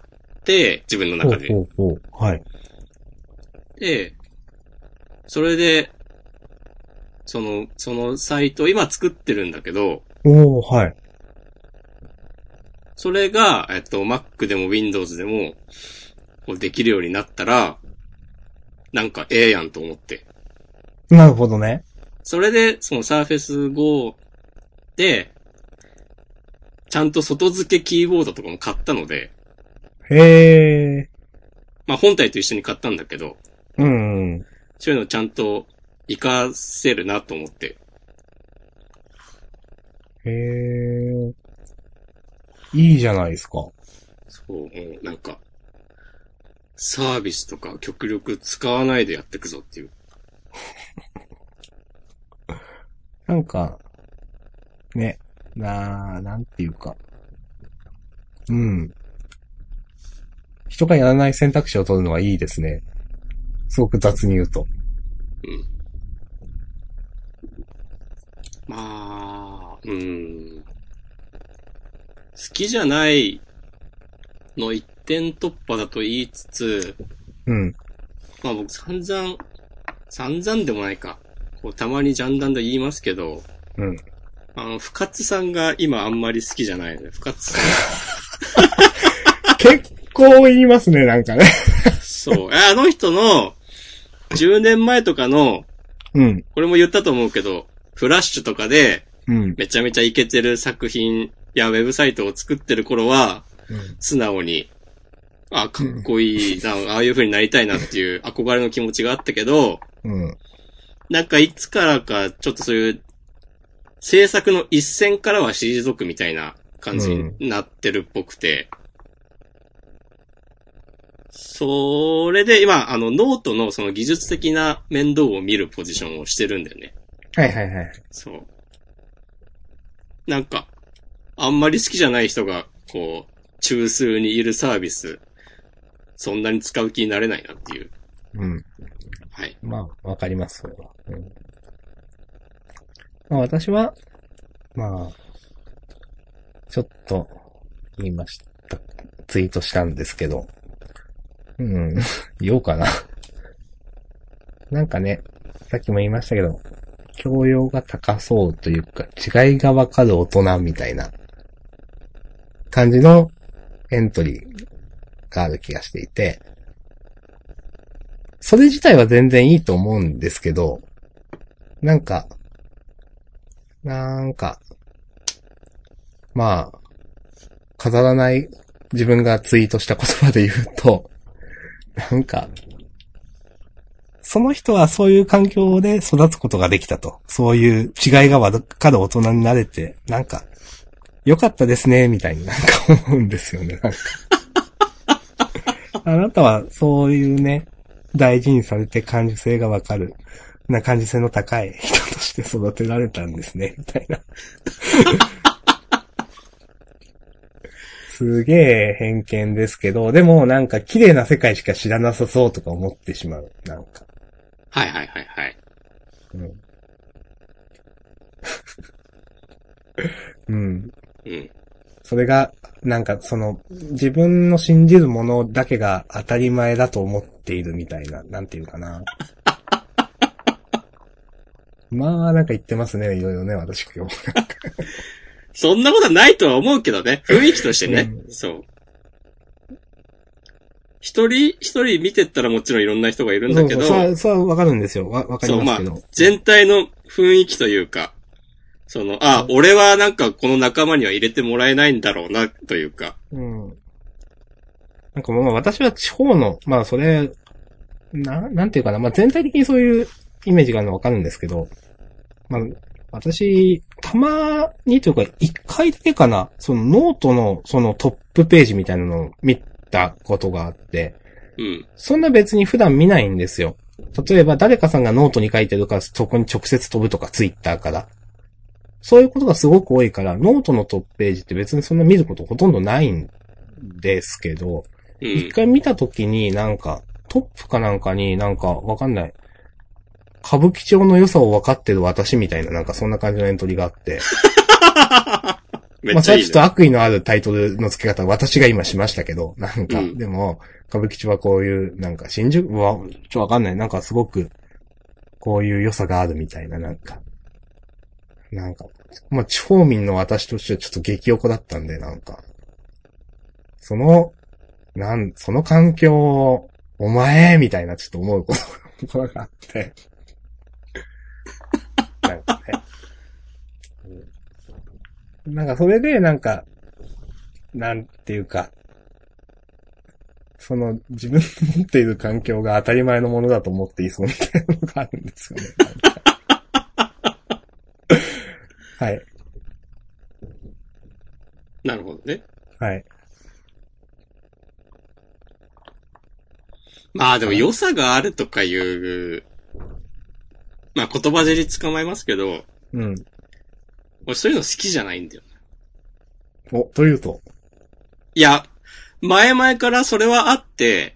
自分の中で。 ほうほうほう。はい。 で、それで、その、そのサイト、今作ってるんだけど、 おー、はい。 それが、えっと、Mac でも Windows でも、こうできるようになったら、なんかええやんと思って。 なるほどね。 それで、その Surface Go で、ちゃんと外付けキーボードとかも買ったので、 へー。 まあ本体と一緒に買ったんだけど、 うん。 そういうのちゃんと活かせるなと思って。 へー。いいじゃないですか。 そう、もうなんか、サービスとか極力使わないでやってくぞっていう。 なんか、ね、なー、なんていうか。うん。人がやらない選択肢を取るのはいいですね。すごく雑に言うと。 うん。まあ、うん。好きじゃないの一点突破だと言いつつ、 うん。 まあ僕散々、散々でもないか。こうたまにジャンダンで言いますけど、 うん。 あの、深津さんが今あんまり好きじゃないので、深津さん。 結構言いますね、なんかね。 そう。あの人の、じゅうねんまえとかの、 うん。 これも言ったと思うけど、フラッシュとかで、 うん。 めちゃめちゃイケてる作品やウェブサイトを作ってる頃は、 うん、 素直に、あ、かっこいいな、うん、ああいう風になりたいなっていう憧れの気持ちがあったけど、 うん。 なんかいつからかちょっとそういう制作の一線からは退くみたいな感じになってるっぽくて、うん、それで今あのノートのその技術的な面倒を見るポジションをしてるんだよね。 はいはいはい。 そう。なんか、あんまり好きじゃない人がこう、中枢にいるサービス、そんなに使う気になれないなっていう。 うん。 はい。 まあ、わかります、それは。うん。まあ私は、まあ、ちょっと、言いました。ツイートしたんですけど。うん。言おうかな。 なんかね、さっきも言いましたけど、教養が高そうというか、違いがわかる大人みたいな感じのエントリーがある気がしていて、それ自体は全然いいと思うんですけど、なんか、なんか、まあ、飾らない自分がツイートした言葉で言うと、なんか、その人はそういう環境で育つことができたと。そういう違いがわかる大人になれて、なんか、良かったですね、みたいになんか思うんですよね、なんか。あなたはそういうね、大事にされて感受性がわかる、な感受性の高い人として育てられたんですね、みたいな。すげえ偏見ですけど、でもなんか綺麗な世界しか知らなさそうとか思ってしまう。なんか。 はいはいはいはい。 うん。うん。 うん。 それが、なんかその、自分の信じるものだけが当たり前だと思っているみたいな、なんていうかな。まあ、なんか言ってますね、いろいろね、私今日。 そんなことはないとは思うけどね。雰囲気としてね。うん、そう。一人一人見てったらもちろんいろんな人がいるんだけど。 そうそう、そう、そうわかるんですよ。わ、わかりますけど。そう、まあ、 全体の雰囲気というか、その、あ、俺はなんかこの仲間には入れてもらえないんだろうな、というか。 うん。なんかまあ私は地方の、まあそれ、な、なんていうかな、まあ全体的にそういうイメージがあるのはわかるんですけど、まあ、私、たまにというか、一回だけかな、そのノートのそのトップページみたいなのを見たことがあって、 うん。 そんな別に普段見ないんですよ。例えば誰かさんがノートに書いてるからそこに直接飛ぶとかツイッターから。そういうことがすごく多いから、ノートのトップページって別にそんな見ることほとんどないんですけど、 うん、 一回見たときになんか、トップかなんかになんかわかんない。歌舞伎町の良さを分かってる私みたいななんかそんな感じのエントリーがあって。めっちゃいいね。まあ、それはちょっと悪意のあるタイトルの付け方は私が今しましたけど、なんか、うん、でも、歌舞伎町はこういう、なんか新宿は、ちょっとわかんない。なんかすごく、こういう良さがあるみたいな、なんか。なんか、まあ、地方民の私としてはちょっと激横だったんで、なんか。その、なん、その環境、お前みたいなちょっと思うことがあって。なんかね。なんかそれで、なんか、なんていうか、その自分の持っている環境が当たり前のものだと思っていそうみたいなのがあるんですよね。はい。 なるほどね。 はい。 まあでも良さがあるとかいう、まあ言葉尻捕まえますけど、 うん。 俺そういうの好きじゃないんだよ。 お、というと。 いや、前々からそれはあって、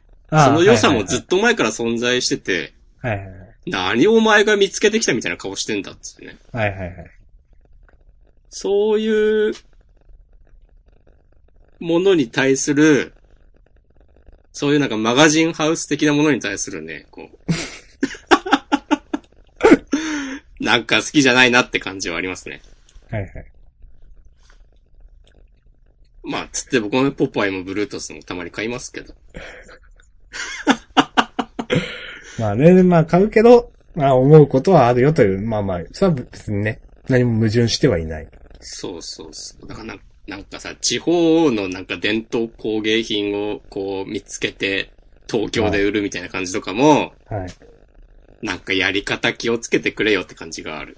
その良さもずっと前から存在してて、 はいはいはい、 何お前が見つけてきたみたいな顔してんだっつってね。 はいはいはい。 そういうものに対する、そういうなんかマガジンハウス的なものに対するね、こう。なんか好きじゃないなって感じはありますね。 はいはい。 まあ、つって僕もポパイもブルートスもたまに買いますけど。 まあね、まあ買うけど、まあ思うことはあるよという、まあまあ、それは別にね、何も矛盾してはいない。 そうそうそう。だからな、なんかさ、地方のなんか伝統工芸品をこう見つけて、東京で売るみたいな感じとかも、 はい。 なんかやり方気をつけてくれよって感じがある。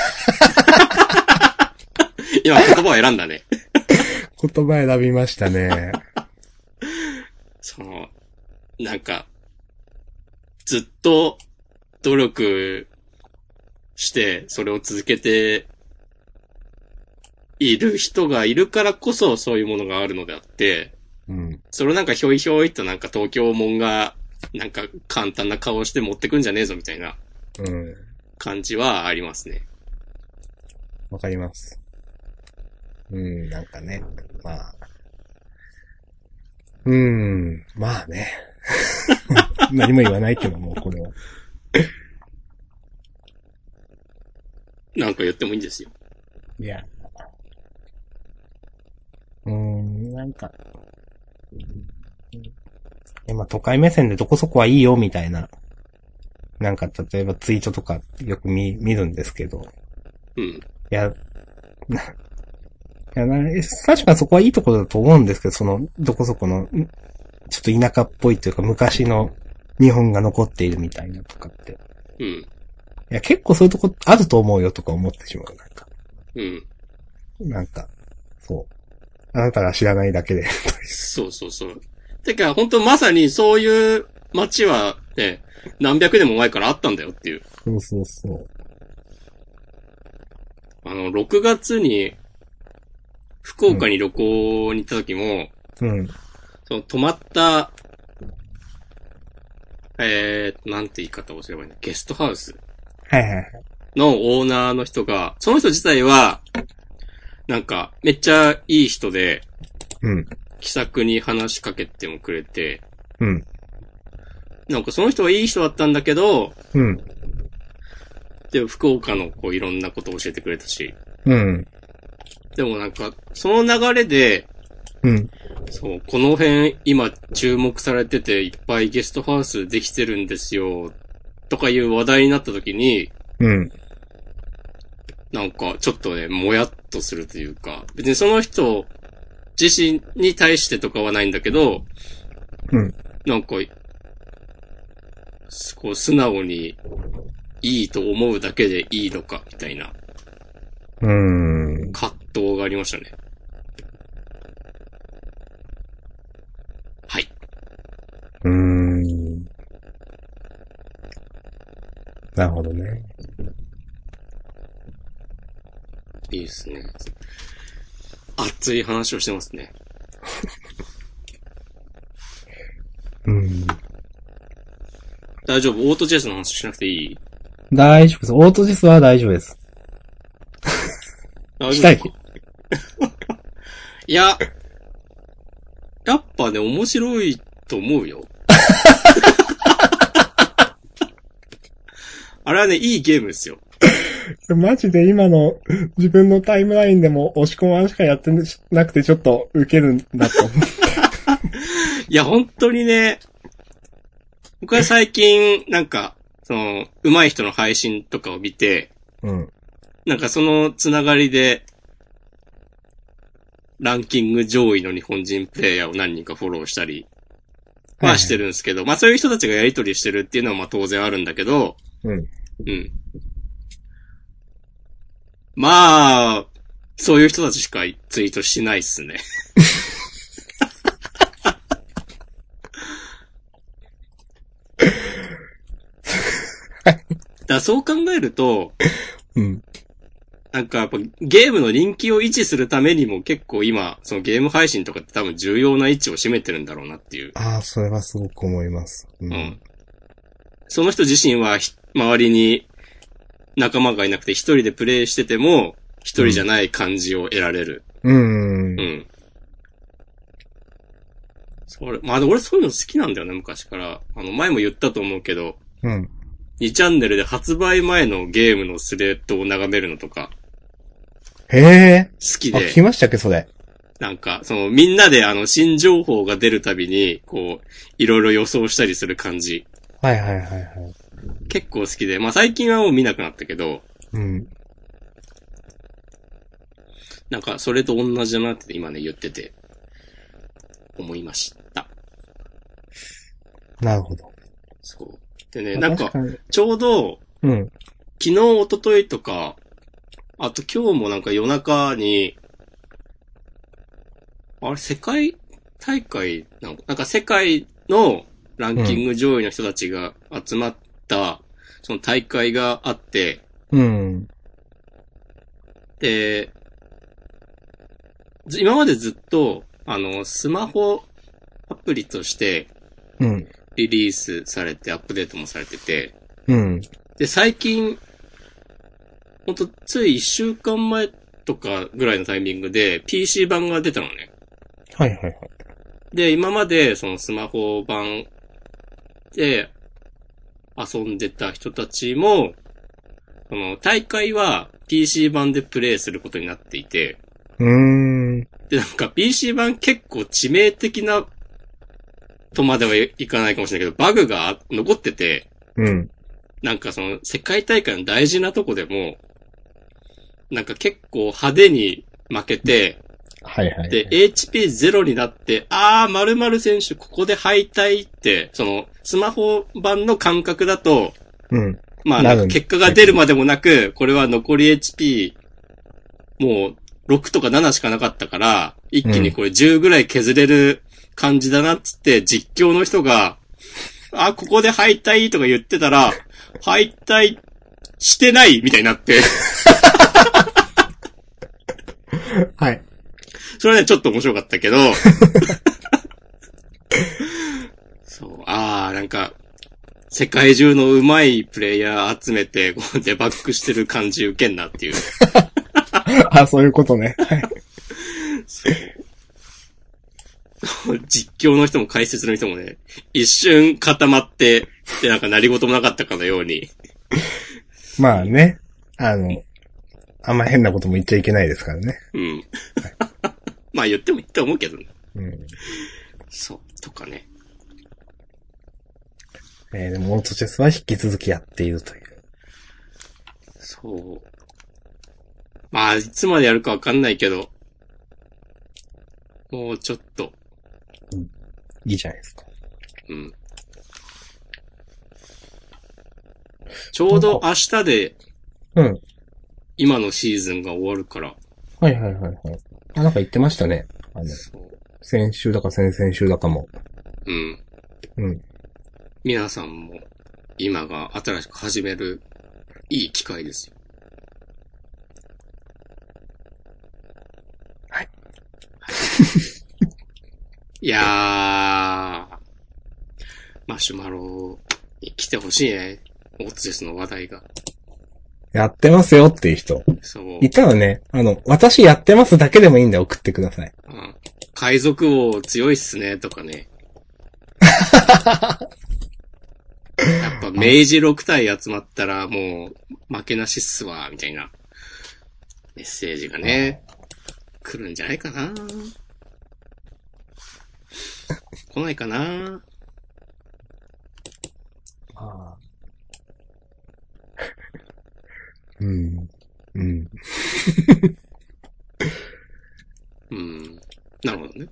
今言葉を選んだね。 言葉選びましたね。 その、なんか、ずっと努力して、それを続けている人がいるからこそそういうものがあるのであって、 うん、 それをなんかひょいひょいとなんか東京もんが、なんか簡単な顔して持ってくんじゃねえぞみたいな感じはありますね。 わ、うん、かります。うん、なんかね、まあ。うーん、まあね。何も言わないけども、これは。 なんか言ってもいいんですよ。 いや。うーん、なんか。今都会目線でどこそこはいいよみたいな。なんか例えばツイートとかよく見、見るんですけど。 うん。 いや、な、いやな、確かそこはいいところだと思うんですけど、その、どこそこの、ちょっと田舎っぽいというか昔の日本が残っているみたいなとかって。 うん。 いや、結構そういうとこあると思うよとか思ってしまう。なんか。 うん。 なんか、そう。あなたが知らないだけで。 そうそうそう。てか、本当まさにそういう街はね、何百年も前からあったんだよっていう。 そうそうそう。 あの、ろくがつに、福岡に旅行に行った時も、 うん。 その泊まった、えー、なんて言い方をすればいいの、ゲストハウスはいはいはい。 のオーナーの人が、その人自体は、なんか、めっちゃいい人で、 うん。 気さくに話しかけてもくれて、 うん。 なんかその人はいい人だったんだけど、 うん。 で、福岡のこういろんなことを教えてくれたし、 うん。 でもなんか、その流れで、 うん。 そう、この辺今注目されてていっぱいゲストハウスできてるんですよ、とかいう話題になった時に、 うん。 なんかちょっとね、もやっとするというか、別にその人自身に対してとかはないんだけど、 うん。 なんか、こう素直にいいと思うだけでいいのか、みたいなうーん。 葛藤がありましたね。はい。 うーん。なるほどね。 いいですね。熱い話をしてますね。 うん。 大丈夫？オートチェイスの話しなくていい？ 大丈夫です。オートジェスは大丈夫です。したい。 いや、やっぱね、面白いと思うよ。あれはね、いいゲームですよ。 マジで今の自分のタイムラインでも押し込まんしかやってなくてちょっとウケるんだと思って。 いや、本当にね、僕は最近、なんか、その、上手い人の配信とかを見て、 うん。 なんかそのつながりで、ランキング上位の日本人プレイヤーを何人かフォローしたり、はしてるんですけど、はいはい、まあそういう人たちがやりとりしてるっていうのはまあ当然あるんだけど、 うん。 うん。まあ、そういう人たちしかツイートしないっすね。だそう考えると、 うん。 なんかやっぱゲームの人気を維持するためにも結構今、そのゲーム配信とかって多分重要な位置を占めてるんだろうなっていう。 ああ、それはすごく思います。うん。うん、 その人自身は周りに仲間がいなくて一人でプレイしてても、一人じゃない感じを得られる。 うん。 うん。それ、まあ俺そういうの好きなんだよね、昔から。あの、前も言ったと思うけど、 うん。 にチャンネルで発売前のゲームのスレッドを眺めるのとか。 へえ。 好きで。 あ、聞きましたっけ、それ。 なんか、その、みんなであの、新情報が出るたびに、こう、いろいろ予想したりする感じ。 はいはいはいはい。 結構好きで、まあ最近はもう見なくなったけど、 うん。 なんか、それと同じだなって今ね、言ってて、思いました。 なるほど。 そう。でね、なんか、 かちょうど、 うん。 昨日、一昨日とか、あと今日もなんか夜中に、あれ、世界大会なの？なんか世界のランキング上位の人たちが集まった、その大会があって、 うん。 で、今までずっと、あの、スマホアプリとして、 うん。 リリースされてアップデートもされてて、 うん。で、 最近、ほんと、つい一週間前とかぐらいのタイミングで ピーシー 版が出たのね。 はいはいはい。 で、今までそのスマホ版で遊んでた人たちも、その大会は ピーシー 版でプレイすることになっていて、 うーん。 で、なんか ピーシー 版結構致命的なとまではいかないかもしれないけど、バグが残ってて、 うん。 なんかその世界大会の大事なとこでも、なんか結構派手に負けて、 はいはい、はい。 で、エイチピーゼロ になって、あー、〇〇選手ここで敗退って、その、スマホ版の感覚だと、 うん。 まあ、なんか結果が出るまでもなく、これは残り エイチピー、もう、ろくとかななしかなかったから、一気にこれじゅうぐらい削れる感じだなっつって、実況の人が、あ、ここで敗退とか言ってたら、敗退してないみたいになって。 はい。 それはね、ちょっと面白かったけど、そう、あー、なんか、世界中の上手いプレイヤー集めて、こうデバッグしてる感じ受けんなっていう。 あ、そういうことね。はい。 そう。実況の人も解説の人もね、一瞬固まって、で、なんか何事もなかったかのように。 まあね。あの、あんま変なことも言っちゃいけないですからね。 うん。はい、まあ言ってもいいと思うけどね。 うん。 そう、とかね。 えー、でもオートチェスは引き続きやっているという。 そう。まあ、いつまでやるかわかんないけど、もうちょっと。 うん。いいじゃないですか。 うん。ちょうど明日で、 うん。 今のシーズンが終わるから。 はいはいはいはい。あ、なんか言ってましたね。あの、先週だか先々週だかも。 うん。 うん。 皆さんも、今が新しく始める、いい機会ですよ。 はい。 いやー、マシュマロに来てほしいね。オートチェスの話題が。 やってますよっていう人。 そう。 いたらね、あの、私やってますだけでもいいんで送ってください。 うん。海賊王強いっすね、とかね。やっぱ明治ろく体集まったらもう負けなしっすわ、みたいなメッセージがね、来るんじゃないかな。来ないかな。 ああ。うん。うん。 うん。なるほどね。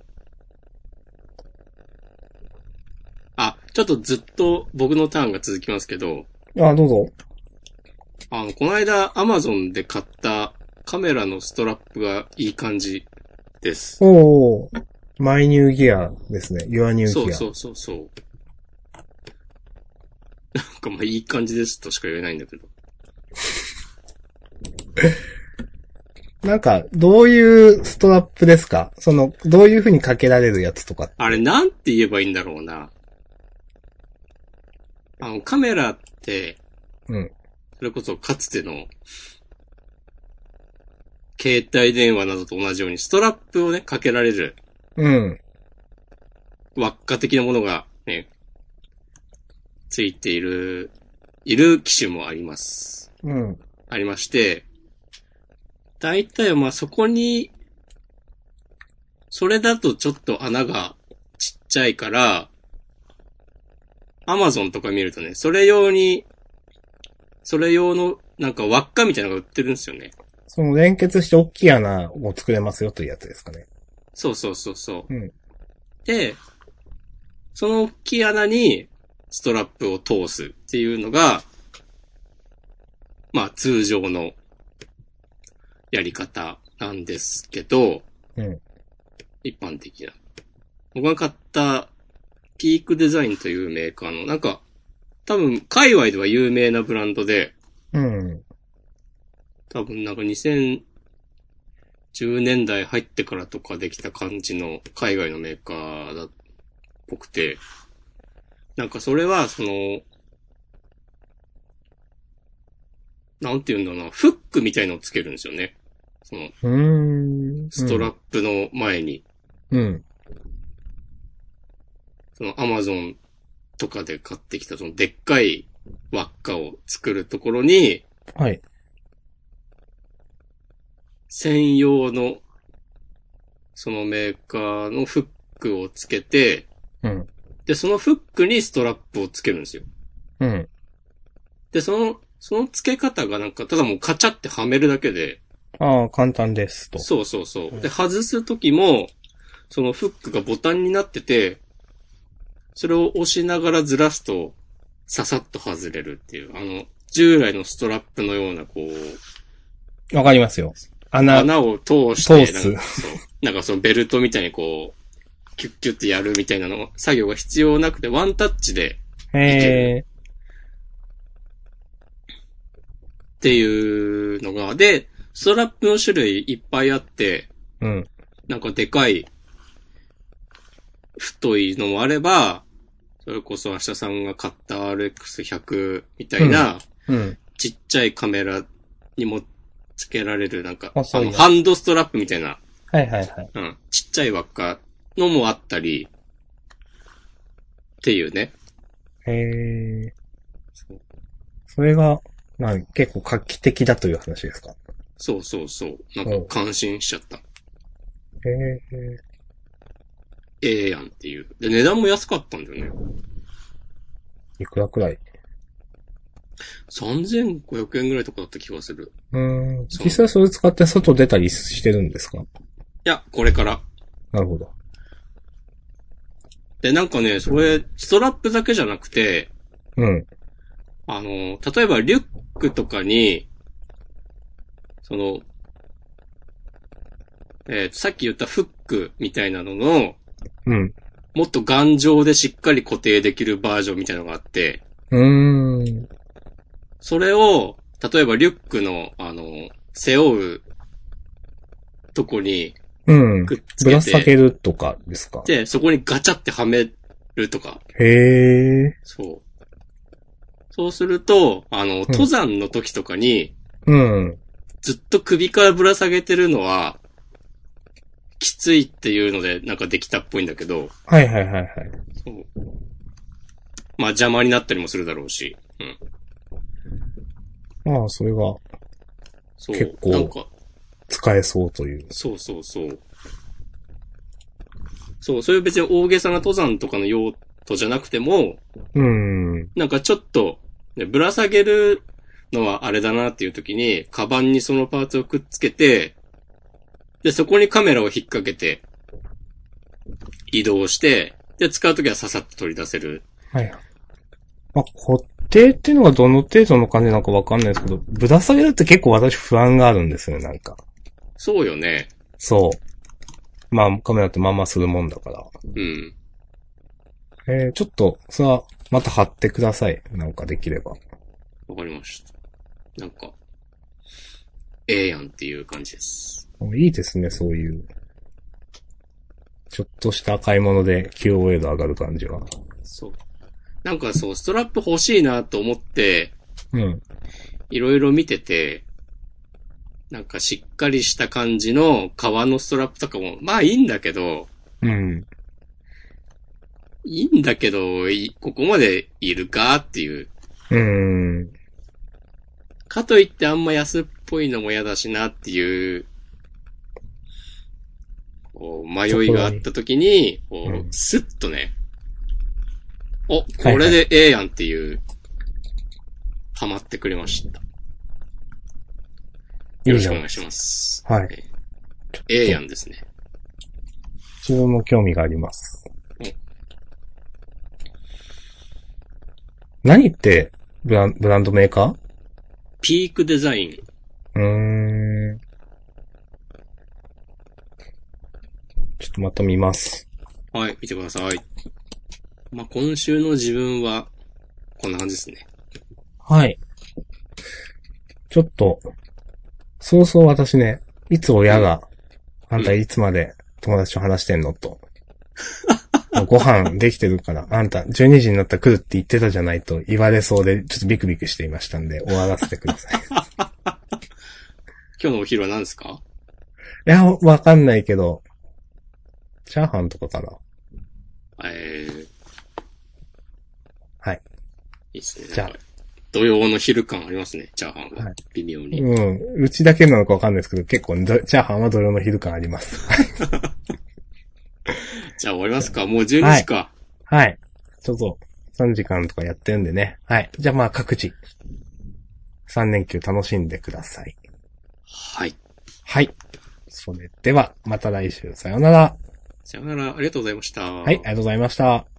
あ、ちょっとずっと僕のターンが続きますけど。 あ、どうぞ。 あの、この間 Amazon で買ったカメラのストラップがいい感じです。 おー。マイニューギアですね。Your New Gear。 そうそうそうそう。なんかまあいい感じですとしか言えないんだけど。 なんか、どういうストラップですか？その、どういう風にかけられるやつとか。 あれなんて言えばいいんだろうな。あの、カメラって、 うん。 それこそかつての、携帯電話などと同じようにストラップをね、かけられる。 うん。 輪っか的なものがね、ついている、いる機種もあります。 うん。 ありまして、大体まあそこに、それだとちょっと穴がちっちゃいから、アマゾンとか見るとね、それ用に、それ用のなんか輪っかみたいなのが売ってるんですよね。 その連結して大きい穴を作れますよというやつですかね。 そうそうそうそう。 うん。 で、その大きい穴にストラップを通すっていうのが、まあ通常のやり方なんですけど、 うん。 一般的な。僕が買ったピークデザインというメーカーの、なんか、多分、界隈では有名なブランドで、 うん。 多分なんかにせんじゅうねんだい入ってからとかできた感じの海外のメーカーだっぽくて、なんかそれは、その、なんて言うんだろうな、フックみたいのをつけるんですよね。その、 うーん。 ストラップの前に。 うん。 そのアマゾンとかで買ってきたそのでっかい輪っかを作るところに、 はい。 専用の、そのメーカーのフックをつけて、 うん。 で、そのフックにストラップをつけるんですよ。 うん。 で、その、その付け方がなんか、ただもうカチャってはめるだけで。 ああ、簡単ですと。 そうそうそう。で、外すときも、そのフックがボタンになってて、それを押しながらずらすと、ささっと外れるっていう、あの、従来のストラップのような、こう、 わかりますよ。穴、 穴を通して、 通す。 なんかそう、なんかそのベルトみたいにこう、キュッキュッってやるみたいなの、作業が必要なくて、ワンタッチで、 へえ。 っていうのが、で、ストラップの種類いっぱいあって、 うん。 なんかでかい、太いのもあれば、それこそ明日さんが買った アールエックスひゃく みたいな、 うん。 ちっちゃいカメラにもつけられる、なんか、あ細いやつのハンドストラップみたいな、 はいはいはい。 うん、ちっちゃい輪っかのもあったり、っていうね。 へえ。 そうそれが、まあ、結構画期的だという話ですか。 そうそうそう。なんか感心しちゃった。 へえ。 ええやんっていう。で、値段も安かったんだよね。 いくらくらい？ さんぜんごひゃくえんぐらいとかだった気がする。 うーん。 そう実際それ使って外出たりしてるんですか？ いや、これから。 なるほど。 で、なんかね、それ、ストラップだけじゃなくて、 うん。 あの、例えばリュックとかに、その、えー、さっき言ったフックみたいなのの、 うん。 もっと頑丈でしっかり固定できるバージョンみたいなのがあって、 うーん。 それを、例えばリュックの、あの、背負うとこにうん。 くっつぶらけて、 下げるとかですか？ で、そこにガチャってはめるとか。 へえ。 そう。そうすると、あの、 うん登山の時とかに、 うん。 ずっと首からぶら下げてるのは、きついっていうので、なんかできたっぽいんだけど、 はいはいはいはい。 そう。まあ邪魔になったりもするだろうし、うん。 まあ、それがそう。 結構なんか、 使えそうという。 そうそうそう。そう、そういう別に大げさな登山とかの用途じゃなくても、 うーん。 なんかちょっと、ね、ぶら下げるのはあれだなっていう時に、カバンにそのパーツをくっつけて、で、そこにカメラを引っ掛けて、移動して、で、使うときはささっと取り出せる。 はい。まあ、固定っていうのがどの程度の感じなのかわかんないですけど、ぶら下げるって結構私不安があるんですよね、なんか。 そうよね。 そう。まあ、カメラってまあまあするもんだから。 うん。 えー、ちょっと、それは、また貼ってください。なんかできれば。 わかりました。なんか、ええやんっていう感じです。 いいですね、そういう。ちょっとした買い物で キューオーエル 上がる感じは。 そう。なんかそう、ストラップ欲しいなと思って、 うん。 いろいろ見てて、なんかしっかりした感じの革のストラップとかも、まあいいんだけど、 うん。 いいんだけど、いここまでいるかっていう。 うーん。 かといってあんま安っぽいのも嫌だしなっていう、こう迷いがあった時に、こう、 うん、 スッとね、お、これでええやんっていう、ハマってくれました。よろしくお願いします。 はい。 ええやんですね。 自分も興味があります。何ってブラン、ブランドメーカー？ ピークデザイン。 うーん。ちょっとまた見ます。 はい、見てください。まあ、今週の自分は、こんな感じですね。 はい。ちょっと、そうそう私ね、いつ親が、うん、あんたいつまで友達と話してんのと。ご飯できてるから、あんたじゅうにじになったら来るって言ってたじゃないと言われそうで、ちょっとビクビクしていましたんで、終わらせてください。 今日のお昼は何ですか？ いや、わかんないけど、チャーハンとかかな。 えー、 はい。 いいっすね。 じゃあ、 土曜の昼感ありますね、チャーハンは。 はい微妙に。 うん。うちだけなのかわかんないですけど、結構どチャーハンは土曜の昼感あります。 じゃあ終わりますか。もうじゅうにじか。 はい。ちょっと、さんじかんとかやってるんでね。はい。じゃあまあ各自、さん連休楽しんでください。 はい。 はい。それでは、また来週、さようなら。 さよなら、ありがとうございました。 はい、ありがとうございました。